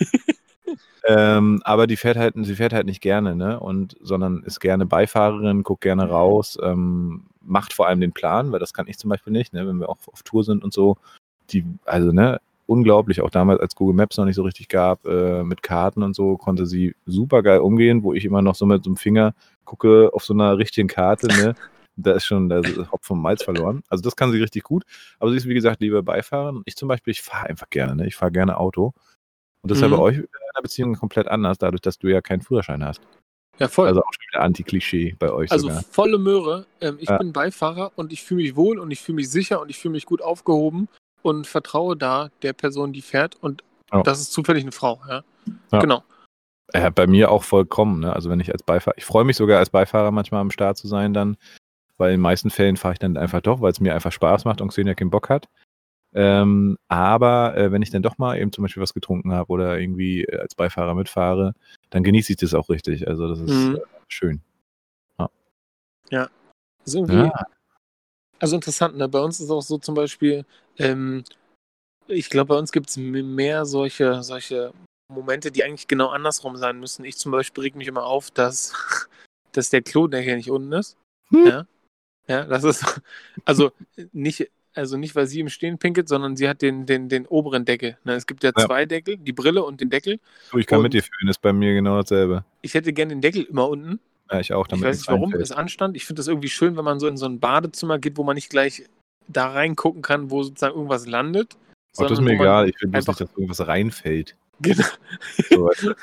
Ähm, aber die fährt halt, sie fährt halt nicht gerne, ne? Und sondern ist gerne Beifahrerin, guckt gerne raus, ähm, macht vor allem den Plan, weil das kann ich zum Beispiel nicht, ne? Wenn wir auch auf Tour sind und so. Die, also, ne, unglaublich, auch damals, als Google Maps noch nicht so richtig gab, äh, mit Karten und so, konnte sie super geil umgehen, wo ich immer noch so mit so einem Finger gucke auf so einer richtigen Karte, ne? Da ist schon der Hopf vom Malz verloren. Also das kann sie richtig gut. Aber sie ist, wie gesagt, liebe Beifahrerin. Ich zum Beispiel, ich fahre einfach gerne, ne? Ich fahre gerne Auto. Und das ist ja bei Mhm. euch in der Beziehung komplett anders, dadurch, dass du ja keinen Führerschein hast. Ja, voll. Also auch schon wieder Anti-Klischee bei euch Also sogar. volle Möhre. Ähm, ich Ja. bin Beifahrer und ich fühle mich wohl und ich fühle mich sicher und ich fühle mich gut aufgehoben und vertraue da der Person, die fährt. Und Oh. das ist zufällig eine Frau. Ja, Ja. genau. Ja, bei mir auch vollkommen. Ne? Also wenn ich als Beifahrer, ich freue mich sogar als Beifahrer manchmal am Start zu sein dann, weil in den meisten Fällen fahre ich dann einfach doch, weil es mir einfach Spaß macht und Xenia keinen Bock hat. Ähm, aber äh, wenn ich dann doch mal eben zum Beispiel was getrunken habe oder irgendwie äh, als Beifahrer mitfahre, dann genieße ich das auch richtig. Also das ist Mhm. äh, schön. Ja. Das ist irgendwie, Ja. also interessant, ne? Bei uns ist auch so zum Beispiel, ähm, ich glaube, bei uns gibt es mehr solche, solche Momente, die eigentlich genau andersrum sein müssen. Ich zum Beispiel reg mich immer auf, dass, dass der Klodeckel nicht unten ist. Hm. Ja. Ja, das ist, also nicht, also nicht, weil sie im Stehen pinkelt, sondern sie hat den, den, den oberen Deckel. Ne? Es gibt ja Ja. zwei Deckel, die Brille und den Deckel. Du, ich kann Und mit dir fühlen, ist bei mir genau dasselbe. ich hätte gerne den Deckel immer unten. Ja, ich auch, Ich damit weiß nichts nicht warum, reinfällt. ist Anstand. Ich finde das irgendwie schön, wenn man so in so ein Badezimmer geht, wo man nicht gleich da reingucken kann, wo sozusagen irgendwas landet. Auch das ist sondern mir wo man egal, ich will bloß einfach- nicht, dass irgendwas reinfällt. Genau, So, weißt du?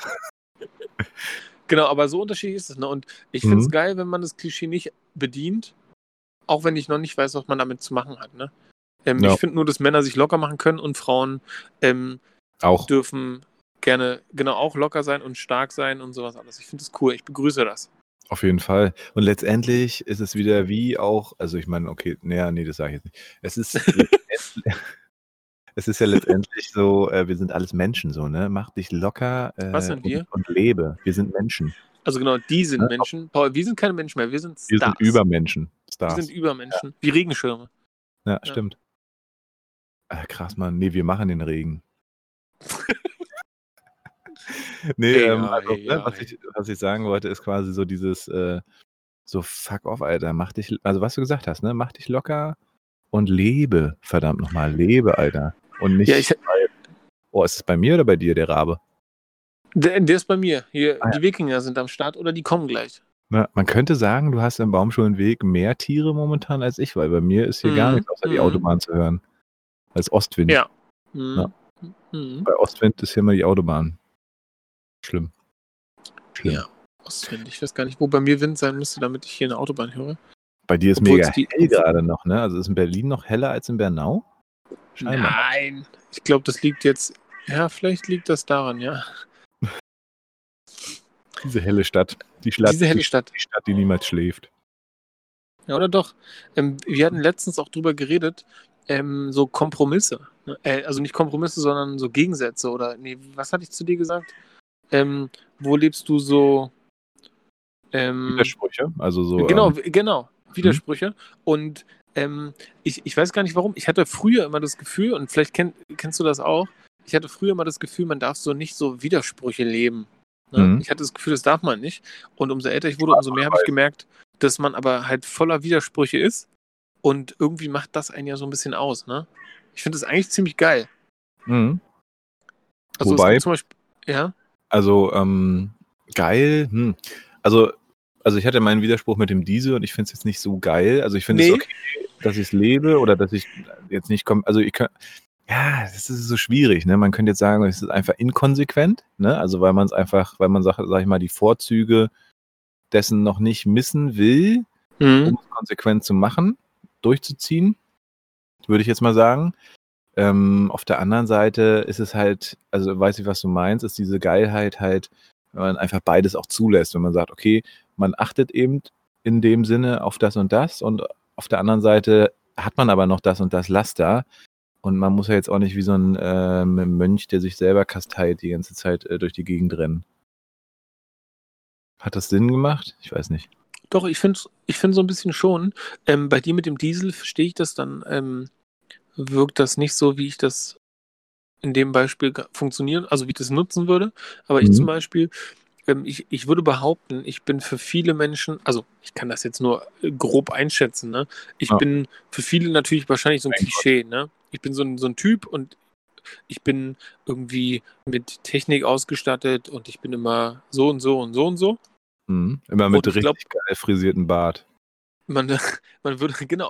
genau, aber so unterschiedlich ist es. Ne? Und ich Mhm. finde es geil, wenn man das Klischee nicht bedient, auch wenn ich noch nicht weiß, was man damit zu machen hat. Ne? Ähm, Ja. Ich finde nur, dass Männer sich locker machen können und Frauen ähm, Auch. dürfen gerne genau auch locker sein und stark sein und sowas alles. Ich finde das cool, ich begrüße das. Auf jeden Fall. Und letztendlich ist es wieder wie auch, also ich meine, okay, nee, nee, das sage ich jetzt nicht. Es ist, es ist ja letztendlich so, äh, wir sind alles Menschen so, ne? Mach dich locker äh, Was sind wir? und, und lebe. Wir sind Menschen. Also genau, die sind Ja. Menschen. Paul, wir sind keine Menschen mehr, wir sind Wir Stars. sind Übermenschen. Wir Stars. sind Übermenschen. Wie Regenschirme. Ja, stimmt. Ah, krass, Mann. Nee, wir machen den Regen. nee, Ey, ähm, ja, also, ey, ne, ja, was, ey. ich, was ich sagen wollte, ist quasi so dieses, äh, so fuck off, Alter. Mach dich, also was du gesagt hast, ne? Mach dich locker und lebe. Verdammt nochmal, lebe, Alter. Und nicht, Ja, ich, oh, ist es bei mir oder bei dir, der Rabe? der, der ist bei mir. Hier, Ah, ja. die Wikinger sind am Start oder die kommen gleich. Na, man könnte sagen, du hast im Baumschulenweg mehr Tiere momentan als ich, weil bei mir ist hier gar Mhm, nichts außer die mhm. Autobahn zu hören. Als Ostwind. Ja. Mhm. Ja. Mhm. Bei Ostwind ist hier immer die Autobahn. Schlimm. Schlimm. Ja, Ostwind. Ich weiß gar nicht, wo bei mir Wind sein müsste, damit ich hier eine Autobahn höre. Bei dir ist Obwohl mega es die- hell gerade noch, ne? Also ist in Berlin noch heller als in Bernau? Scheinbar. Nein, ich glaube, das liegt jetzt. Ja, vielleicht liegt das daran, ja. Diese helle Stadt. Die, Stadt, Diese helle die, Stadt. die Stadt, die niemals schläft. Ja, oder doch? Ähm, wir hatten letztens auch drüber geredet, ähm, so Kompromisse. Ne? Äh, also nicht Kompromisse, sondern so Gegensätze. Oder, nee, was hatte ich zu dir gesagt? Ähm, wo lebst du so. Ähm, Widersprüche. Also so. Genau, Ähm, w- genau. Widersprüche. Und ähm, ich, ich weiß gar nicht warum. Ich hatte früher immer das Gefühl, und vielleicht kenn, kennst du das auch, ich hatte früher immer das Gefühl, man darf so nicht so Widersprüche leben. Ne? Mhm. Ich hatte das Gefühl, das darf man nicht. Und umso älter ich wurde, umso mehr habe ich gemerkt, dass man aber halt voller Widersprüche ist. Und irgendwie macht das einen ja so ein bisschen aus, ne? Ich finde das eigentlich ziemlich geil. Mhm. Also Wobei, es gibt zum Beispiel, ja, also ähm, geil, hm. also, also ich hatte meinen Widerspruch mit dem Diesel und ich finde es jetzt nicht so geil. Also ich finde es nee, okay, dass ich es lebe oder dass ich jetzt nicht komme, also ich kann, ja, das ist so schwierig, ne? Man könnte jetzt sagen, es ist einfach inkonsequent, ne? Also weil man es einfach, weil man sagt, sag ich mal, die Vorzüge dessen noch nicht missen will, mhm. um es konsequent zu machen, durchzuziehen, würde ich jetzt mal sagen. Ähm, auf der anderen Seite ist es halt, also weiß ich, was du meinst, ist diese Geilheit halt, wenn man einfach beides auch zulässt, wenn man sagt, okay, man achtet eben in dem Sinne auf das und das und auf der anderen Seite hat man aber noch das und das Laster und man muss ja jetzt auch nicht wie so ein ähm, Mönch, der sich selber kasteit, die ganze Zeit äh, durch die Gegend rennen. Hat das Sinn gemacht? Ich weiß nicht. Doch, ich finde ich find so ein bisschen schon. Ähm, bei dir mit dem Diesel verstehe ich das dann, ähm, wirkt das nicht so, wie ich das in dem Beispiel ge- funktionieren, also wie ich das nutzen würde. Aber ich zum Mhm. Beispiel, ähm, ich, ich würde behaupten, ich bin für viele Menschen, also ich kann das jetzt nur äh, grob einschätzen, ne? Ich Ja, bin für viele natürlich wahrscheinlich so ein mein Gott. Klischee, ne? Ich bin so ein, so ein Typ und ich bin irgendwie mit Technik ausgestattet und ich bin immer so und so und so und so. Mhm. Immer Und mit ich glaube, richtig geil frisierten Bart. man, man würde, genau,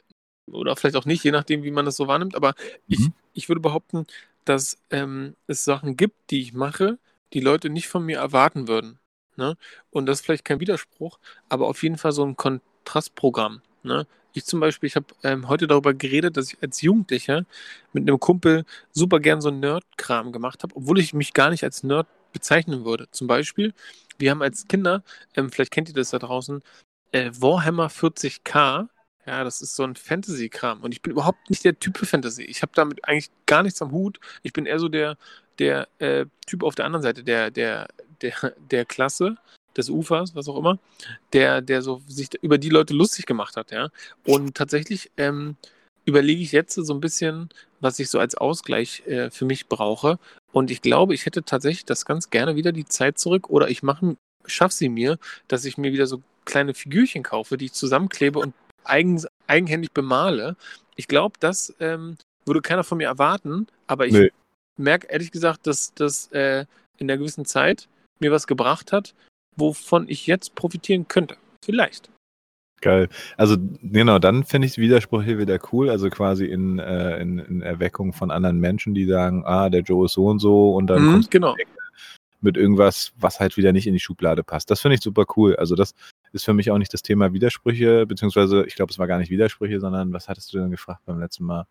oder vielleicht auch nicht, je nachdem, wie man das so wahrnimmt, aber Mhm. ich, ich würde behaupten, dass ähm, es Sachen gibt, die ich mache, die Leute nicht von mir erwarten würden. Ne? Und das ist vielleicht kein Widerspruch, aber auf jeden Fall so ein Kontrastprogramm. Ne? Ich zum Beispiel, ich habe ähm, heute darüber geredet, dass ich als Jugendlicher mit einem Kumpel super gern so Nerd-Kram gemacht habe, obwohl ich mich gar nicht als Nerd bezeichnen würde. Zum Beispiel, wir haben als Kinder, ähm, vielleicht kennt ihr das da draußen, äh, Warhammer vierzig K. Ja, das ist so ein Fantasy-Kram. Und ich bin überhaupt nicht der Typ für Fantasy. Ich habe damit eigentlich gar nichts am Hut. Ich bin eher so der, der äh, Typ auf der anderen Seite, der, der, der, der Klasse, des Ufers, was auch immer, der, der so sich über die Leute lustig gemacht hat, ja. Und tatsächlich ähm, überlege ich jetzt so ein bisschen, was ich so als Ausgleich äh, für mich brauche. Und ich glaube, ich hätte tatsächlich das ganz gerne wieder die Zeit zurück oder ich mache, schaffe sie mir, dass ich mir wieder so kleine Figürchen kaufe, die ich zusammenklebe und eigens, eigenhändig bemale. Ich glaube, das ähm, würde keiner von mir erwarten, aber ich Nee, merke ehrlich gesagt, dass das äh, in der gewissen Zeit mir was gebracht hat, wovon ich jetzt profitieren könnte. Vielleicht. geil. Also genau, dann finde ich den Widerspruch hier wieder cool, also quasi in, äh, in, in Erweckung von anderen Menschen, die sagen, ah, der Joe ist so und so und dann Mhm, kommst du genau. mit irgendwas, was halt wieder nicht in die Schublade passt. Das finde ich super cool. Also das ist für mich auch nicht das Thema Widersprüche, beziehungsweise ich glaube, es war gar nicht Widersprüche, sondern was hattest du denn gefragt beim letzten Mal?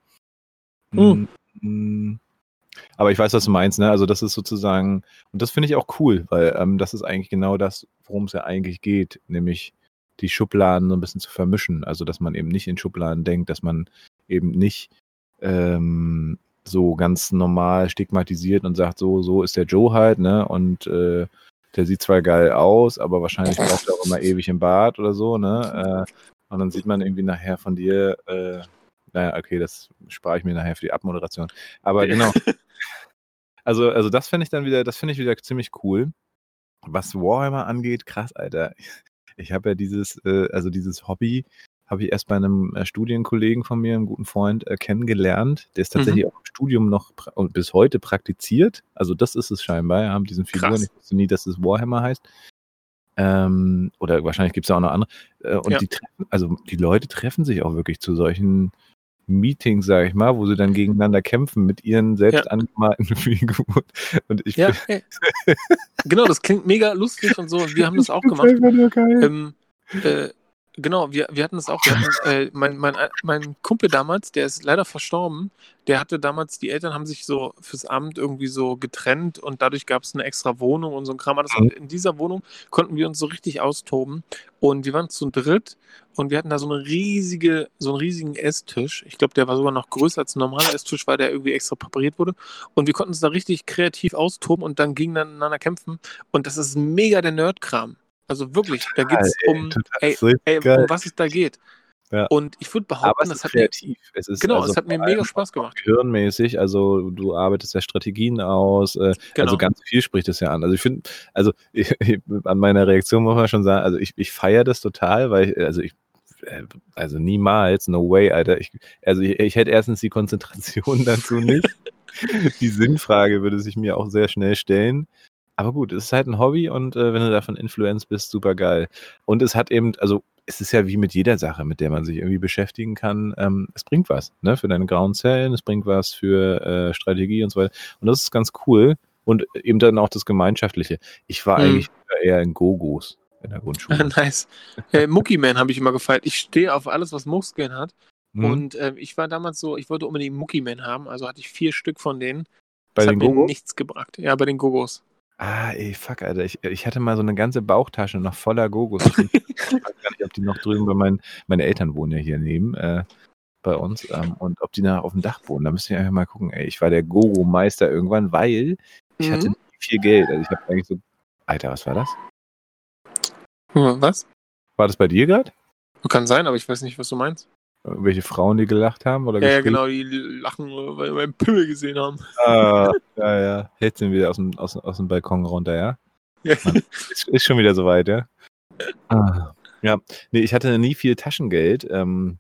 Mhm. Hm, hm. Aber ich weiß, was du meinst, ne? Also das ist sozusagen, und das finde ich auch cool, weil ähm, das ist eigentlich genau das, worum es ja eigentlich geht, nämlich die Schubladen so ein bisschen zu vermischen. Also dass man eben nicht in Schubladen denkt, dass man eben nicht ähm, so ganz normal stigmatisiert und sagt, so, so ist der Joe halt, ne? Und äh, der sieht zwar geil aus, aber wahrscheinlich braucht er auch immer ewig im Bad oder so, ne? Äh, und dann sieht man irgendwie nachher von dir, äh, naja, okay, das spare ich mir nachher für die Abmoderation. Aber genau, also, also das finde ich dann wieder, das finde ich wieder ziemlich cool. Was Warhammer angeht, krass, Alter. Ich habe ja dieses, äh, also dieses Hobby, habe ich erst bei einem äh, Studienkollegen von mir, einem guten Freund, äh, kennengelernt. Der ist Mhm. tatsächlich auch im Studium noch pra- und bis heute praktiziert. Also das ist es scheinbar, ja, haben diesen Figuren. Krass. Ich wusste nie, dass es Warhammer heißt. Ähm, oder wahrscheinlich gibt es auch noch andere. Äh, und Ja. die treffen, also die Leute treffen sich auch wirklich zu solchen Meetings, sage ich mal, wo sie dann gegeneinander kämpfen mit ihren selbst Ja. angemalten Figuren. Und ich Ja, bin, ey. Genau, das klingt mega lustig und so. Und wir haben das ich auch find's gemacht. einfach nur geil. Ähm, äh, genau, wir, wir hatten das auch. Wir hatten, äh, mein, mein, mein Kumpel damals, der ist leider verstorben, der hatte damals, die Eltern haben sich so fürs Amt irgendwie so getrennt und dadurch gab es eine extra Wohnung und so ein Kram alles. Mhm. Und in dieser Wohnung konnten wir uns so richtig austoben. Und wir waren zu dritt und wir hatten da so eine riesige, so einen riesigen Esstisch. Ich glaube, der war sogar noch größer als ein normaler Esstisch, weil der irgendwie extra präpariert wurde. Und wir konnten uns da richtig kreativ austoben und dann gegeneinander kämpfen. Und das ist mega der Nerd-Kram. Also wirklich, da geht Geil, es ey, um, total, ey, ist richtig ey, geil. um was es da geht. Ja. Und ich würde Aber behaupten, es das ist hat mir, kreativ. Es ist genau, also es hat mir vor mega allem Spaß auch gemacht. gehirnmäßig, also du arbeitest ja Strategien aus, äh, also Genau. ganz viel spricht es ja an. Also ich finde, also ich, ich, an meiner Reaktion muss man schon sagen, also ich, ich feiere das total, weil ich, also ich also niemals, no way, Alter. Ich, also ich, ich hätte erstens die Konzentration dazu nicht. Die Sinnfrage würde sich mir auch sehr schnell stellen. Aber gut, es ist halt ein Hobby und äh, wenn du davon influenced bist, super geil. Und es hat eben, also es ist ja wie mit jeder Sache, mit der man sich irgendwie beschäftigen kann. Ähm, es bringt was, ne, für deine grauen Zellen, es bringt was für äh, Strategie und so weiter. Und das ist ganz cool. Und eben dann auch das Gemeinschaftliche. Ich war Hm. eigentlich eher in Gogos in der Grundschule. Nice. Äh, Mookie Man habe ich immer gefeiert. Ich stehe auf alles, was Muskeln hat. Mhm. Und äh, ich war damals so, ich wollte unbedingt Mookie Man haben, also hatte ich vier Stück von denen. Bei Das den hat mir Gogos? nichts gebracht. Ja, bei den Gogos. Ah, ey, fuck, Alter. Ich, ich hatte mal so eine ganze Bauchtasche noch voller Gogos. Ich, ich weiß gar nicht, ob die noch drüben bei meinen, meine Eltern wohnen ja hier neben, äh, bei uns, ähm, und ob die da auf dem Dach wohnen. Da müsste ich einfach mal gucken. Ey, ich war der Gogo-Meister irgendwann, weil ich Mhm. hatte nie viel Geld. Also ich habe eigentlich so, Alter, was war das? Was? War das bei dir gerade? Kann sein, aber ich weiß nicht, was du meinst. Welche Frauen, die gelacht haben? Oder Ja, ja, geschrien? genau, die lachen, weil wir meinen Pimmel gesehen haben. Ah, ja, ja. Jetzt sind wir wieder aus dem, aus, aus dem Balkon runter, ja? Ja. Mann, ist, ist schon wieder soweit, ja? Ah. Ja, nee, ich hatte nie viel Taschengeld, ähm,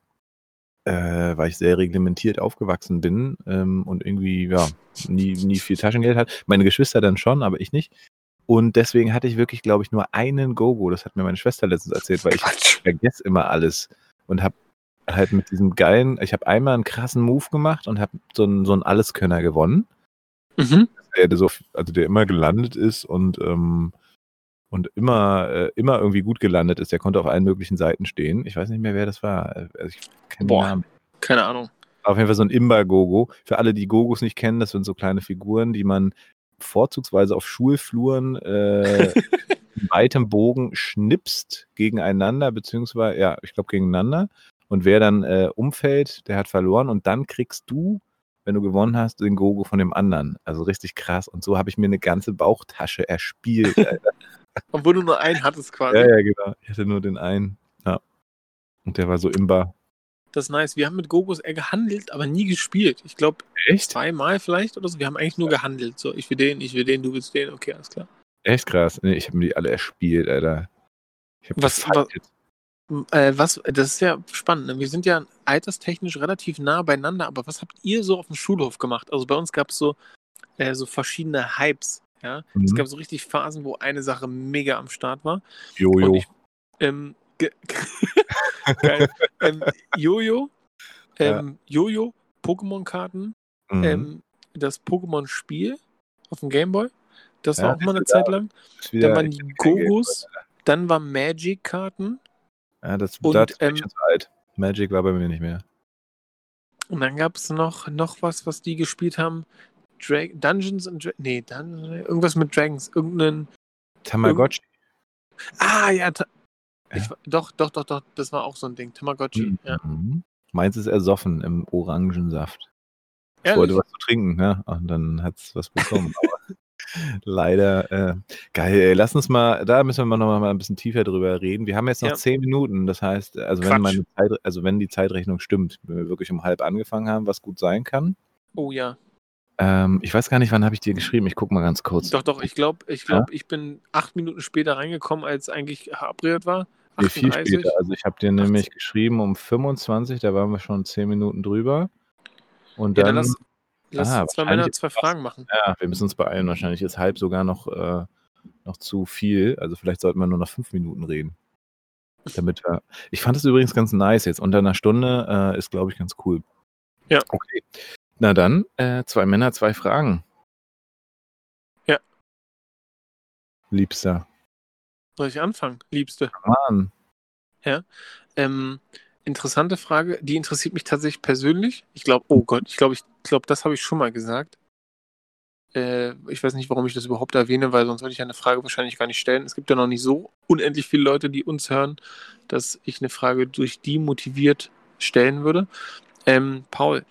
äh, weil ich sehr reglementiert aufgewachsen bin ähm, und irgendwie, ja, nie, nie viel Taschengeld hatte. Meine Geschwister dann schon, aber ich nicht. Und deswegen hatte ich wirklich, glaube ich, nur einen Gogo. Das hat mir meine Schwester letztens erzählt, weil ich Quatsch. vergesse immer alles und habe halt mit diesem geilen, ich habe einmal einen krassen Move gemacht und habe so einen, so einen Alleskönner gewonnen, Mhm. der so, also der immer gelandet ist und ähm, und immer äh, immer irgendwie gut gelandet ist. Der konnte auf allen möglichen Seiten stehen. Ich weiß nicht mehr, wer das war. Also ich kenne den Boah. Namen. Keine Ahnung. Auf jeden Fall so ein Imba-Gogo. Für alle, die Gogos nicht kennen, das sind so kleine Figuren, die man vorzugsweise auf Schulfluren äh, in weitem Bogen schnipst gegeneinander, beziehungsweise, ja, ich glaube gegeneinander. Und wer dann äh, umfällt, der hat verloren. Und dann kriegst du, wenn du gewonnen hast, den Gogo von dem anderen. Also richtig krass. Und so habe ich mir eine ganze Bauchtasche erspielt, Alter. Obwohl du nur einen hattest quasi. Ja, ja, genau. Ich hatte nur den einen. Ja. Und der war so imbar. Das ist nice. Wir haben mit Gogos eher gehandelt, aber nie gespielt. Ich glaube, Echt? zweimal vielleicht oder so. Wir haben eigentlich nur gehandelt. So, ich will den, ich will den, du willst den. Okay, alles klar. Echt krass. Nee, ich habe mir die alle erspielt, Alter. Ich habe Was, was, äh, was, das ist ja spannend. Ne? Wir sind ja alterstechnisch relativ nah beieinander, aber was habt ihr so auf dem Schulhof gemacht? Also bei uns gab es so, äh, so verschiedene Hypes. Ja? Mhm. Es gab so richtig Phasen, wo eine Sache mega am Start war. Jojo. Und ich, ähm, ge- Geil. ähm, Jojo, ähm, Jojo, Pokémon-Karten, Mhm. ähm, das Pokémon-Spiel auf dem Gameboy. Das Ja, war auch mal eine ist wieder- Zeit lang. ist wieder Dann waren echt die kein Geld, Gogos, dann war Magic-Karten Ja, das, Und, das bin ähm, ich schon zu alt. Magic war bei mir nicht mehr. und dann gab es noch, noch was, was die gespielt haben. Dra Dungeons and Dragons. Nee, Dun irgendwas mit Dragons. Irgendeinen. Tamagotchi. Ah, ja. Ta Ja. Ich, doch, doch, doch, doch. Das war auch so ein Ding. Tamagotchi. Mhm. Ja. Meins ist ersoffen im Orangensaft. Ich Ehrlich? wollte was zu trinken, ne? Und dann hat es was bekommen. Aber leider. Äh, geil, ey. Lass uns mal, da müssen wir noch mal ein bisschen tiefer drüber reden. Wir haben jetzt noch Ja. zehn Minuten. Das heißt, also Quatsch. wenn, meine Zeit, also wenn die Zeitrechnung stimmt, wenn wir wirklich um halb angefangen haben, was gut sein kann. Oh ja. Ähm, ich weiß gar nicht, wann habe ich dir geschrieben. Ich gucke mal ganz kurz. Doch, doch. Ich glaube, ich, glaub, ich bin acht Minuten später reingekommen, als eigentlich verabredet war. Nee, viel achtunddreißig. später. Also ich habe dir nämlich geschrieben um fünfundzwanzig, da waren wir schon zehn Minuten drüber. Und Ja, dann, dann lass, lass Ah, zwei wahrscheinlich Männer, zwei ist was- Fragen machen. ja, wir müssen uns beeilen. Wahrscheinlich ist halb sogar noch, äh, noch zu viel. Also vielleicht sollten wir nur noch fünf Minuten reden. Damit wir. Ich fand es übrigens ganz nice jetzt. Unter einer Stunde äh, ist, glaube ich, ganz cool. Ja. Okay. Na dann, äh, zwei Männer, zwei Fragen. Ja. Liebster. Soll ich anfangen, Liebste? Mann. Ähm, interessante Frage, die interessiert mich tatsächlich persönlich. Ich glaube, oh Gott, ich glaube, ich glaube, das habe ich schon mal gesagt. Äh, ich weiß nicht, warum ich das überhaupt erwähne, weil sonst würde ich eine Frage wahrscheinlich gar nicht stellen. Es gibt ja noch nicht so unendlich viele Leute, die uns hören, dass ich eine Frage durch die motiviert stellen würde. Ähm, Paul,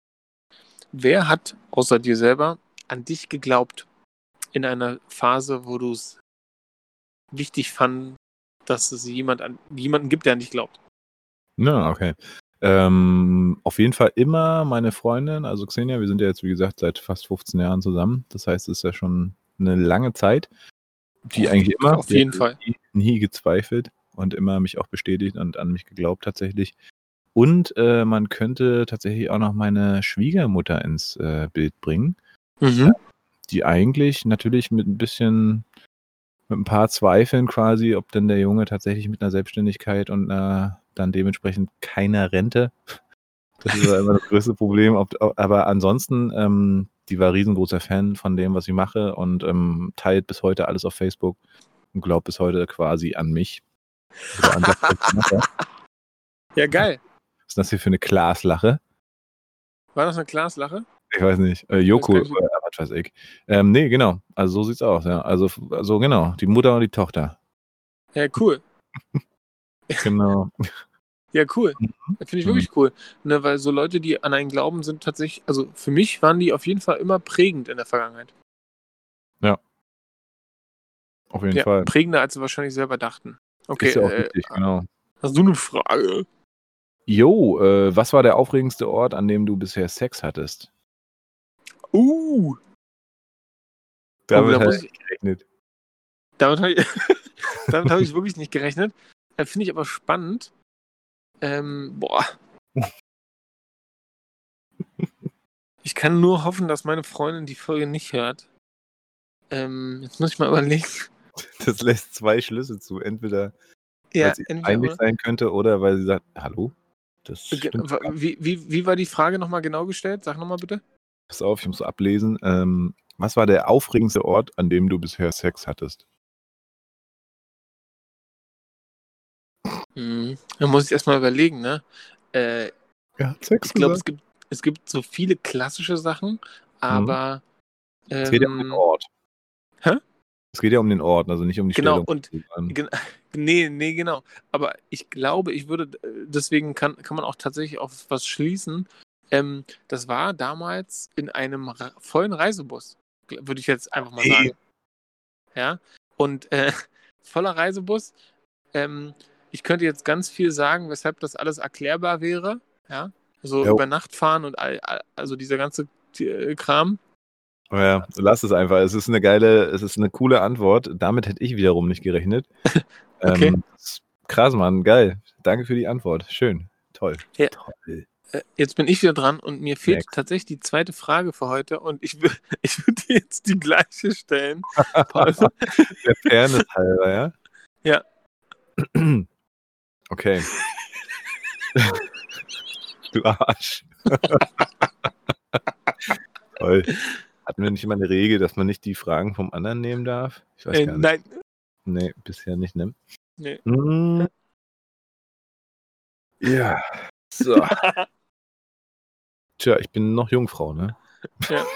wer hat außer dir selber an dich geglaubt in einer Phase, wo du es wichtig fand, dass es jemand an, jemanden gibt, der an dich glaubt? Na, okay. Ähm, auf jeden Fall immer meine Freundin, also Xenia, wir sind ja jetzt, wie gesagt, seit fast fünfzehn Jahren zusammen. Das heißt, es ist ja schon eine lange Zeit, die Auf- eigentlich immer, auf die jeden hat Fall. Nie, nie gezweifelt. und immer mich auch bestätigt und an mich geglaubt tatsächlich. Und äh, man könnte tatsächlich auch noch meine Schwiegermutter ins äh, Bild bringen, Mhm. die eigentlich natürlich mit ein bisschen, mit ein paar Zweifeln quasi, ob denn der Junge tatsächlich mit einer Selbstständigkeit und einer, dann dementsprechend keiner Rente, das ist ja immer das größte Problem, ob, aber ansonsten, ähm, die war riesengroßer Fan von dem, was ich mache und ähm, teilt bis heute alles auf Facebook und glaubt bis heute quasi an mich. Also an das, was ich mache. Ja, geil. Was ist das hier für eine Glaslache? War das eine Glaslache? Ich weiß nicht. Äh, Joko, Weiß gar nicht. äh, was weiß ich. Ähm, nee, genau. Also so sieht's aus, ja. Also, also genau, die Mutter und die Tochter. Ja, cool. Genau. Ja, cool. Mhm. Finde ich Mhm. wirklich cool. Ne, weil so Leute, die an einen glauben, sind tatsächlich, also für mich waren die auf jeden Fall immer prägend in der Vergangenheit. Ja. Auf jeden Ja, Fall. prägender, als sie wahrscheinlich selber dachten. Okay, Ist ja auch äh, richtig, genau. hast du eine Frage? Jo, äh, was war der aufregendste Ort, an dem du bisher Sex hattest? Uh, Damit da hat muss er ich- nicht gerechnet. damit habe ich, damit hab ich wirklich nicht gerechnet. Äh, Finde ich aber spannend. Ähm, boah. Ich kann nur hoffen, dass meine Freundin die Folge nicht hört. Ähm, jetzt muss ich mal überlegen. Das lässt zwei Schlüsse zu. Entweder, Ja, weil es ihr entweder peinlich oder. sein könnte oder weil sie sagt, hallo? Das Ge- stimmt. wa- Wie, wie, wie war die Frage nochmal genau gestellt? Sag nochmal bitte. Pass auf, ich muss so ablesen. Ähm, was war der aufregendste Ort, an dem du bisher Sex hattest? Hm. Da muss ich erstmal überlegen, ne? Äh, Er hat Sex ich glaube, gesagt. es gibt, es gibt so viele klassische Sachen, aber Es geht ja um den ähm, Ort. hä? Es geht ja um den Ort, also nicht um die Genau, Stellung. und gen nee, nee, genau. Aber ich glaube, ich würde, äh, deswegen kann, kann man auch tatsächlich auf was schließen. Ähm, das war damals in einem Ra vollen Reisebus, gl- würde ich jetzt einfach mal Hey. sagen. Ja, und äh, voller Reisebus. Ähm, ich könnte jetzt ganz viel sagen, weshalb das alles erklärbar wäre. Ja, so Jo. über Nacht fahren und all, all, also dieser ganze äh, Kram. Oh ja, lass es einfach. Es ist eine geile, es ist eine coole Antwort. Damit hätte ich wiederum nicht gerechnet. Okay. Ähm, das ist krass, Mann. Geil. Danke für die Antwort. Schön. Toll. Ja. Toll. Äh, Jetzt bin ich wieder dran und mir fehlt Next. tatsächlich die zweite Frage für heute und ich, wür- ich würde dir jetzt die gleiche stellen. Paul. Der Fairness halber, ja? Ja. Okay. Du Arsch. Toll. Hatten wir nicht immer eine Regel, dass man nicht die Fragen vom anderen nehmen darf? Ich weiß Äh, gar nicht. nein. Nee, bisher nicht, ne? Nee. Hm. Ja. So. Tja, ich bin noch Jungfrau, ne? Ja.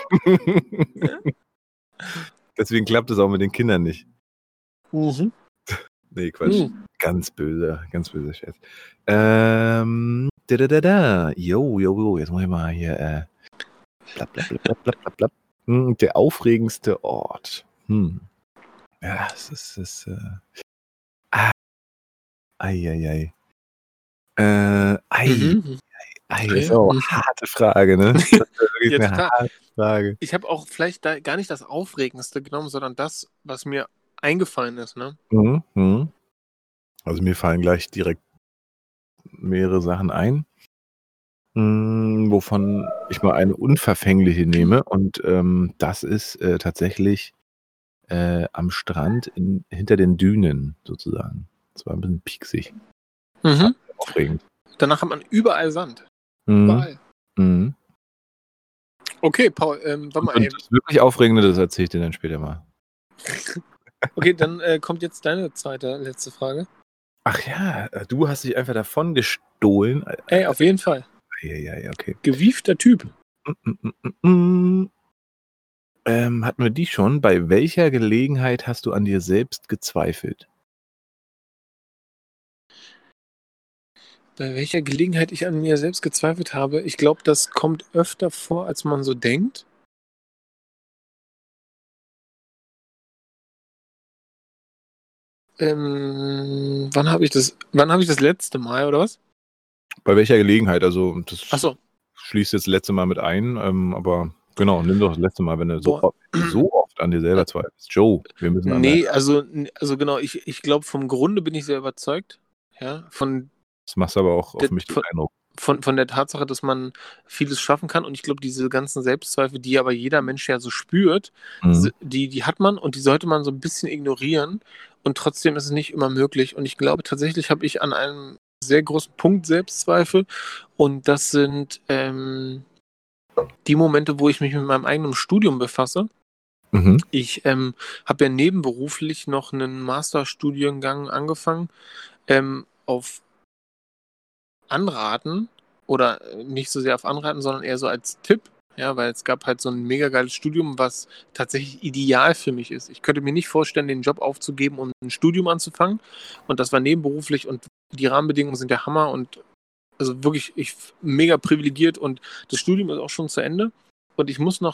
Deswegen klappt es auch mit den Kindern nicht. Mhm. Nee, Quatsch. Mhm. Ganz böse, ganz böser Scherz. Ähm, da, da, da, da. Jo, jo, jo, jetzt muss ich mal hier, äh, blab, blab, blab, blab, blab, blab, blab. Hm, der aufregendste Ort. Hm. Ja, es ist, es ist, äh, ah, ei, ei, ei. Äh, ei, Mhm. ei, Ja, ist auch eine mhm. harte Frage, ne? Das ist ja wirklich Ja, eine total. harte Frage. Ich habe auch vielleicht da gar nicht das Aufregendste genommen, sondern das, was mir eingefallen ist, ne? Mhm, mhm. Also mir fallen gleich direkt mehrere Sachen ein, mh, wovon ich mal eine unverfängliche nehme. Und ähm, das ist äh, tatsächlich äh, am Strand in, hinter den Dünen sozusagen. Das war ein bisschen pieksig. Mhm. Aufregend. Danach hat man überall Sand. Mhm. Überall. Mhm. Okay, Paul, ähm, warte mal Und eben. das wirklich Aufregende, das erzähle ich dir dann später mal. Okay, dann äh, kommt jetzt deine zweite, letzte Frage. Ach ja, äh, du hast dich einfach davon gestohlen. Ey, auf jeden Fall. Ja, ja, ja, okay. Gewiefter Typ. Mm, mm, mm, mm. Ähm, hatten wir die schon? Bei welcher Gelegenheit hast du an dir selbst gezweifelt? Bei welcher Gelegenheit ich an mir selbst gezweifelt habe, ich glaube, das kommt öfter vor, als man so denkt. Ähm, wann habe ich das, wann habe ich das letzte Mal, oder was? Bei welcher Gelegenheit? Also, das Ach so. schließt jetzt das letzte Mal mit ein, ähm, aber genau, nimm doch das letzte Mal, wenn du so, Boah. oft- so oft an dir selber zweifelst. Joe, wir müssen an Nee, deiner- also, also genau, ich, ich glaube, vom Grunde bin ich sehr überzeugt. Ja, von, Das machst du aber auch auf Der- mich den von- Eindruck. von, von der Tatsache, dass man vieles schaffen kann. Und ich glaube, diese ganzen Selbstzweifel, die aber jeder Mensch ja so spürt, Mhm. s- die, die hat man und die sollte man so ein bisschen ignorieren. Und trotzdem ist es nicht immer möglich. Und ich glaube, tatsächlich habe ich an einem sehr großen Punkt Selbstzweifel. Und das sind ähm, die Momente, wo ich mich mit meinem eigenen Studium befasse. Mhm. Ich ähm, habe ja nebenberuflich noch einen Masterstudiengang angefangen, ähm, auf Anraten oder äh, nicht so sehr auf Anraten, sondern eher so als Tipp, ja, weil es gab halt so ein mega geiles Studium, was tatsächlich ideal für mich ist. Ich könnte mir nicht vorstellen, den Job aufzugeben und ein Studium anzufangen, und das war nebenberuflich und die Rahmenbedingungen sind der Hammer und also wirklich ich mega privilegiert und das Studium ist auch schon zu Ende und ich muss noch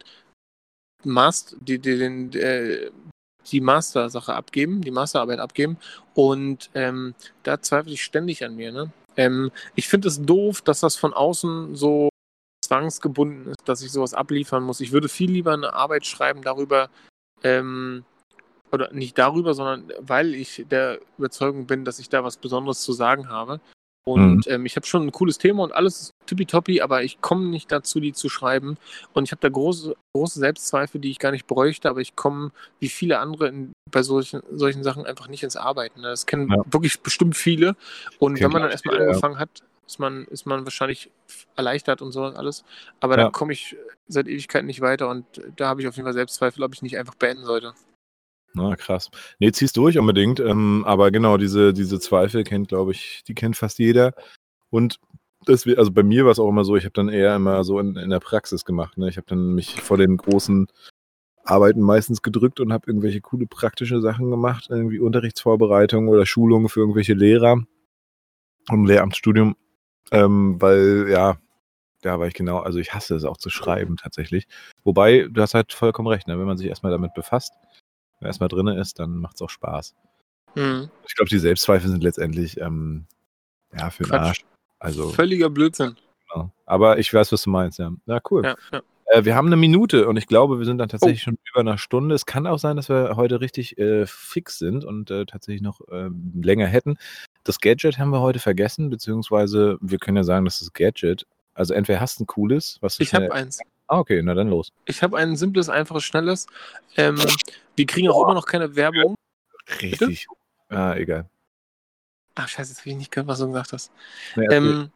Master, die, die, den, äh, die Master-Sache abgeben, die Masterarbeit abgeben. Und ähm, da zweifle ich ständig an mir. Ne? Ähm, ich finde es doof, dass das von außen so zwangsgebunden ist, dass ich sowas abliefern muss. Ich würde viel lieber eine Arbeit schreiben darüber, ähm, oder nicht darüber, sondern weil ich der Überzeugung bin, dass ich da was Besonderes zu sagen habe. Und ähm, ich habe schon ein cooles Thema und alles ist tippitoppi, aber ich komme nicht dazu, die zu schreiben. Und ich habe da große, große Selbstzweifel, die ich gar nicht bräuchte, aber ich komme, wie viele andere, in, bei solchen, solchen Sachen einfach nicht ins Arbeiten. Ne? Das kennen Ja. wirklich bestimmt viele. Und Kennt, wenn man dann glaub ich, erstmal jeder, ja. angefangen hat, ist man, ist man wahrscheinlich erleichtert und sowas alles. Aber Ja. da komme ich seit Ewigkeiten nicht weiter und da habe ich auf jeden Fall Selbstzweifel, ob ich nicht einfach beenden sollte. Na, krass. Nee, zieh's durch unbedingt. Ähm, aber genau, diese, diese Zweifel kennt, glaube ich, die kennt fast jeder. Und das, also bei mir war es auch immer so, ich habe dann eher immer so in, in der Praxis gemacht. Ne? Ich habe dann mich vor den großen Arbeiten meistens gedrückt und habe irgendwelche coole praktische Sachen gemacht, irgendwie Unterrichtsvorbereitung oder Schulungen für irgendwelche Lehrer im Lehramtsstudium, ähm, weil, ja, da war ich genau, also ich hasse es auch zu schreiben tatsächlich. Wobei, du hast halt vollkommen recht, ne? Wenn man sich erstmal damit befasst, wenn man erstmal drin ist, dann macht es auch Spaß. Mhm. Ich glaube, die Selbstzweifel sind letztendlich, ähm, ja, für den Quatsch. Arsch. Also, Völliger Blödsinn. genau. Aber ich weiß, was du meinst, ja. Ja, cool. Ja, ja. Äh, wir haben eine Minute und ich glaube, wir sind dann tatsächlich schon über einer Stunde. Es kann auch sein, dass wir heute richtig äh, fix sind und äh, tatsächlich noch äh, länger hätten. Das Gadget haben wir heute vergessen, beziehungsweise wir können ja sagen, dass das Gadget, also entweder hast du ein cooles, was du Ich schnell... habe eins. Ah, okay, na dann los. Ich habe ein simples, einfaches, schnelles. Ähm, wir kriegen auch immer noch keine Werbung. Richtig. Ah, egal. Ach, scheiße, jetzt habe ich nicht gehört, was du gesagt hast. Nee, Ähm,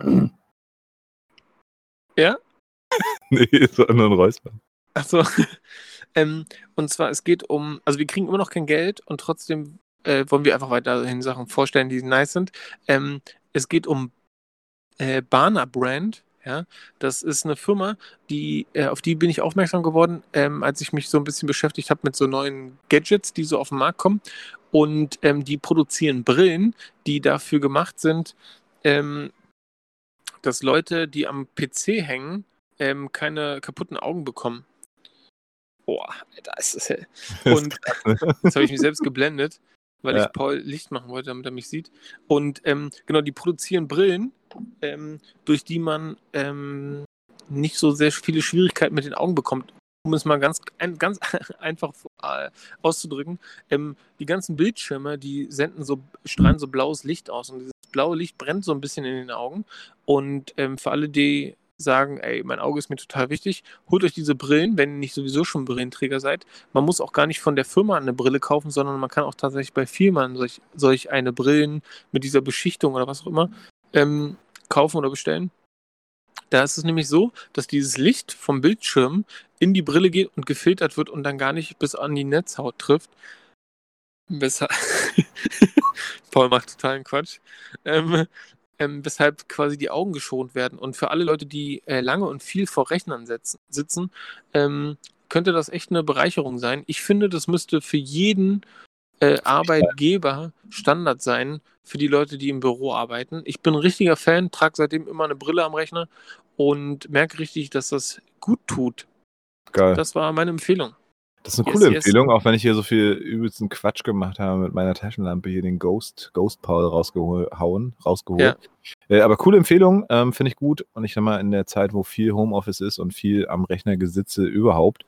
ja? nee, so nur ein Räusper. Ach so. ähm, und zwar, es geht um, also wir kriegen immer noch kein Geld und trotzdem äh, wollen wir einfach weiterhin Sachen vorstellen, die nice sind. Ähm, es geht um äh, Bana Brand. Ja, das ist eine Firma, die, äh, auf die bin ich aufmerksam geworden, ähm, als ich mich so ein bisschen beschäftigt habe mit so neuen Gadgets, die so auf den Markt kommen. Und ähm, die produzieren Brillen, die dafür gemacht sind, ähm, dass Leute, die am P C hängen, ähm, keine kaputten Augen bekommen. Boah, Alter, ist das hell. Und jetzt habe ich mich selbst geblendet, weil Ja. ich Paul Licht machen wollte, damit er mich sieht. Und ähm, genau, die produzieren Brillen, ähm, durch die man ähm, nicht so sehr viele Schwierigkeiten mit den Augen bekommt. Um es mal ganz, ein, ganz einfach äh, auszudrücken, ähm, die ganzen Bildschirme, die senden so, strahlen so blaues Licht aus und dieses blaue Licht brennt so ein bisschen in den Augen. Und ähm, für alle, die sagen, ey, mein Auge ist mir total wichtig, holt euch diese Brillen, wenn ihr nicht sowieso schon Brillenträger seid. Man muss auch gar nicht von der Firma eine Brille kaufen, sondern man kann auch tatsächlich bei Vielmann solch, solch eine Brillen mit dieser Beschichtung oder was auch immer ähm, kaufen oder bestellen. Da ist es nämlich so, dass dieses Licht vom Bildschirm in die Brille geht und gefiltert wird und dann gar nicht bis an die Netzhaut trifft. Weshalb Paul macht totalen Quatsch. Ähm, ähm, weshalb quasi die Augen geschont werden. Und für alle Leute, die äh, lange und viel vor Rechnern setzen, sitzen, ähm, könnte das echt eine Bereicherung sein. Ich finde, das müsste für jeden äh, Arbeitgeber Standard sein, für die Leute, die im Büro arbeiten. Ich bin ein richtiger Fan, trage seitdem immer eine Brille am Rechner und merke richtig, dass das gut tut. Geil. Das war meine Empfehlung. Das ist eine Yes, coole yes. Empfehlung, auch wenn ich hier so viel übelsten Quatsch gemacht habe mit meiner Taschenlampe, hier den Ghost, Ghost Paul rausgehauen, rausgeholt. Ja. Äh, aber coole Empfehlung, ähm, finde ich gut. Und ich sag mal, in der Zeit, wo viel Homeoffice ist und viel am Rechner gesitze überhaupt,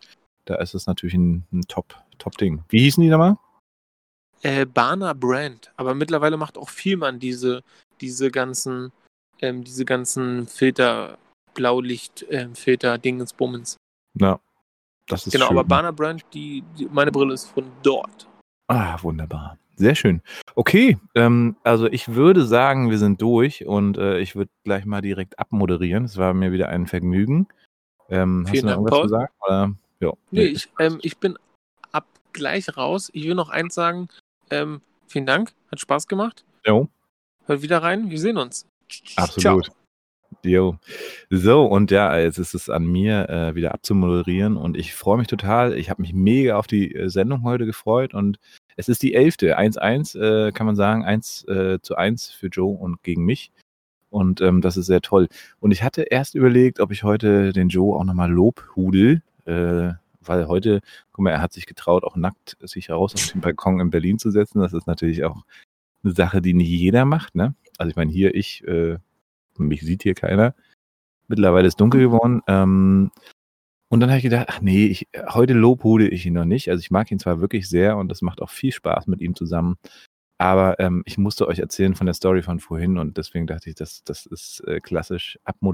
da ist es natürlich ein, ein Top, Top-Ding. Wie hießen die nochmal? Äh, Bana Brand. Aber mittlerweile macht auch Vielmann diese, diese ganzen, ähm, diese ganzen Filter, Blaulicht, ähm, Filter, Dingensbummens. Ja, das ist Genau, schön. aber Bana Brand, die, die, meine Brille ist von dort. Ah, wunderbar. Sehr schön. Okay, ähm, also ich würde sagen, wir sind durch und äh, ich würde gleich mal direkt abmoderieren. Es war mir wieder ein Vergnügen. Ähm, hast Vielen du noch Dank, irgendwas Paul. zu sagen? Oder? Ja, Nee, nee. ich, ähm, ich bin ab gleich raus. Ich will noch eins sagen. Ähm, vielen Dank, hat Spaß gemacht. Jo, Hört wieder rein, wir sehen uns. absolut. Ciao. Jo. So, und ja, jetzt ist es an mir, äh, wieder abzumoderieren und ich freue mich total. Ich habe mich mega auf die äh, Sendung heute gefreut und es ist die elfte. eins eins, äh, kann man sagen, eins äh, zu eins für Joe und gegen mich. Und ähm, das ist sehr toll. Und ich hatte erst überlegt, ob ich heute den Joe auch nochmal lobhudel, äh, weil heute, guck mal, er hat sich getraut, auch nackt sich raus auf den Balkon in Berlin zu setzen. Das ist natürlich auch eine Sache, die nicht jeder macht, ne? Also ich meine, hier, ich, äh, mich sieht hier keiner. Mittlerweile ist dunkel geworden. Ähm, und dann habe ich gedacht, ach nee, ich, heute lobhudel ich ihn noch nicht. Also ich mag ihn zwar wirklich sehr und das macht auch viel Spaß mit ihm zusammen. Aber ähm, ich musste euch erzählen von der Story von vorhin und deswegen dachte ich, das, das ist äh, klassisch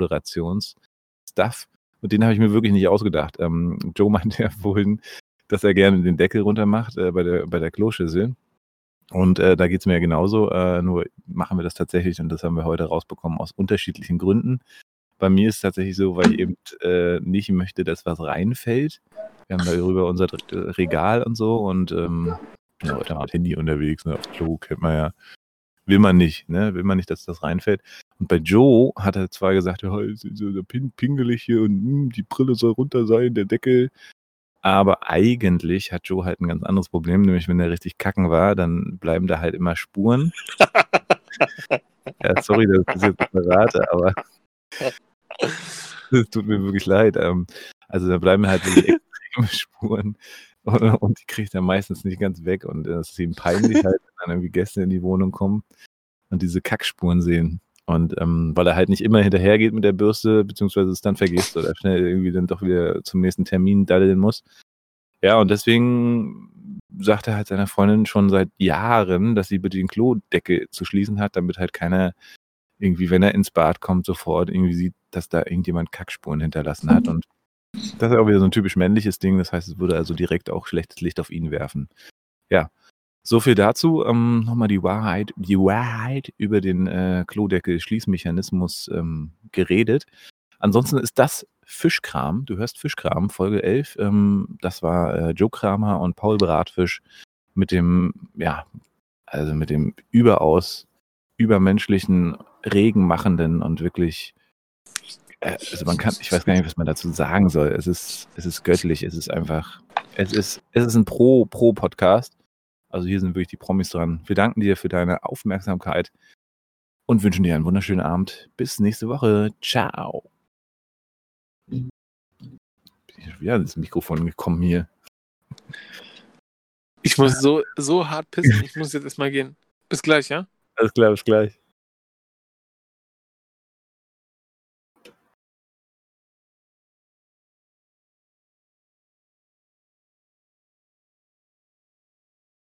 Abmoderations-Stuff. Und den habe ich mir wirklich nicht ausgedacht. Ähm, Joe meinte ja vorhin, dass er gerne den Deckel runter macht äh, bei der, bei der Kloschüssel. Und äh, da geht es mir ja genauso. Äh, nur machen wir das tatsächlich und das haben wir heute rausbekommen aus unterschiedlichen Gründen. Bei mir ist es tatsächlich so, weil ich eben äh, nicht möchte, dass was reinfällt. Wir haben darüber unser Regal und so und ähm, ja, heute mal Handy unterwegs, ne, auf Klo, kennt man ja. Will man nicht, ne? Will man nicht, dass das reinfällt. Und bei Joe hat er zwar gesagt, ja, ist so ping pingelig hier und mh, die Brille soll runter sein, der Deckel. Aber eigentlich hat Joe halt ein ganz anderes Problem, nämlich wenn er richtig kacken war, dann bleiben da halt immer Spuren. Ja, sorry, dass ich das jetzt verrate, aber es tut mir wirklich leid. Ähm, also da bleiben halt wirklich extreme Spuren. Und die kriegt er meistens nicht ganz weg. Und es ist ihm peinlich halt, wenn dann irgendwie Gäste in die Wohnung kommen und diese Kackspuren sehen. Und ähm, weil er halt nicht immer hinterhergeht mit der Bürste, beziehungsweise es dann vergisst oder schnell irgendwie dann doch wieder zum nächsten Termin daddeln muss. Ja, und deswegen sagt er halt seiner Freundin schon seit Jahren, dass sie bitte den Klodeckel zu schließen hat, damit halt keiner irgendwie, wenn er ins Bad kommt, sofort irgendwie sieht, dass da irgendjemand Kackspuren hinterlassen hat. Und das ist auch wieder so ein typisch männliches Ding. Das heißt, es würde also direkt auch schlechtes Licht auf ihn werfen. Ja, so viel dazu. Ähm, nochmal die Wahrheit, die Wahrheit über den äh, Klodeckel-Schließmechanismus ähm, geredet. Ansonsten ist das Fischkram. Du hörst Fischkram, Folge elf. Ähm, das war äh, Joe Kramer und Paul Bratfisch mit dem, ja, also mit dem überaus übermenschlichen, regenmachenden und wirklich, äh, also man kann, ich weiß gar nicht, was man dazu sagen soll. Es ist, es ist göttlich, es ist einfach, es ist, es ist ein Pro, Pro-Podcast. Also hier sind wirklich die Promis dran. Wir danken dir für deine Aufmerksamkeit und wünschen dir einen wunderschönen Abend. Bis nächste Woche. Ciao. Bin ich schon wieder ins Mikrofon gekommen hier. Ich muss so, so hart pissen. Ich muss jetzt erstmal gehen. Bis gleich, ja? Alles klar, bis gleich.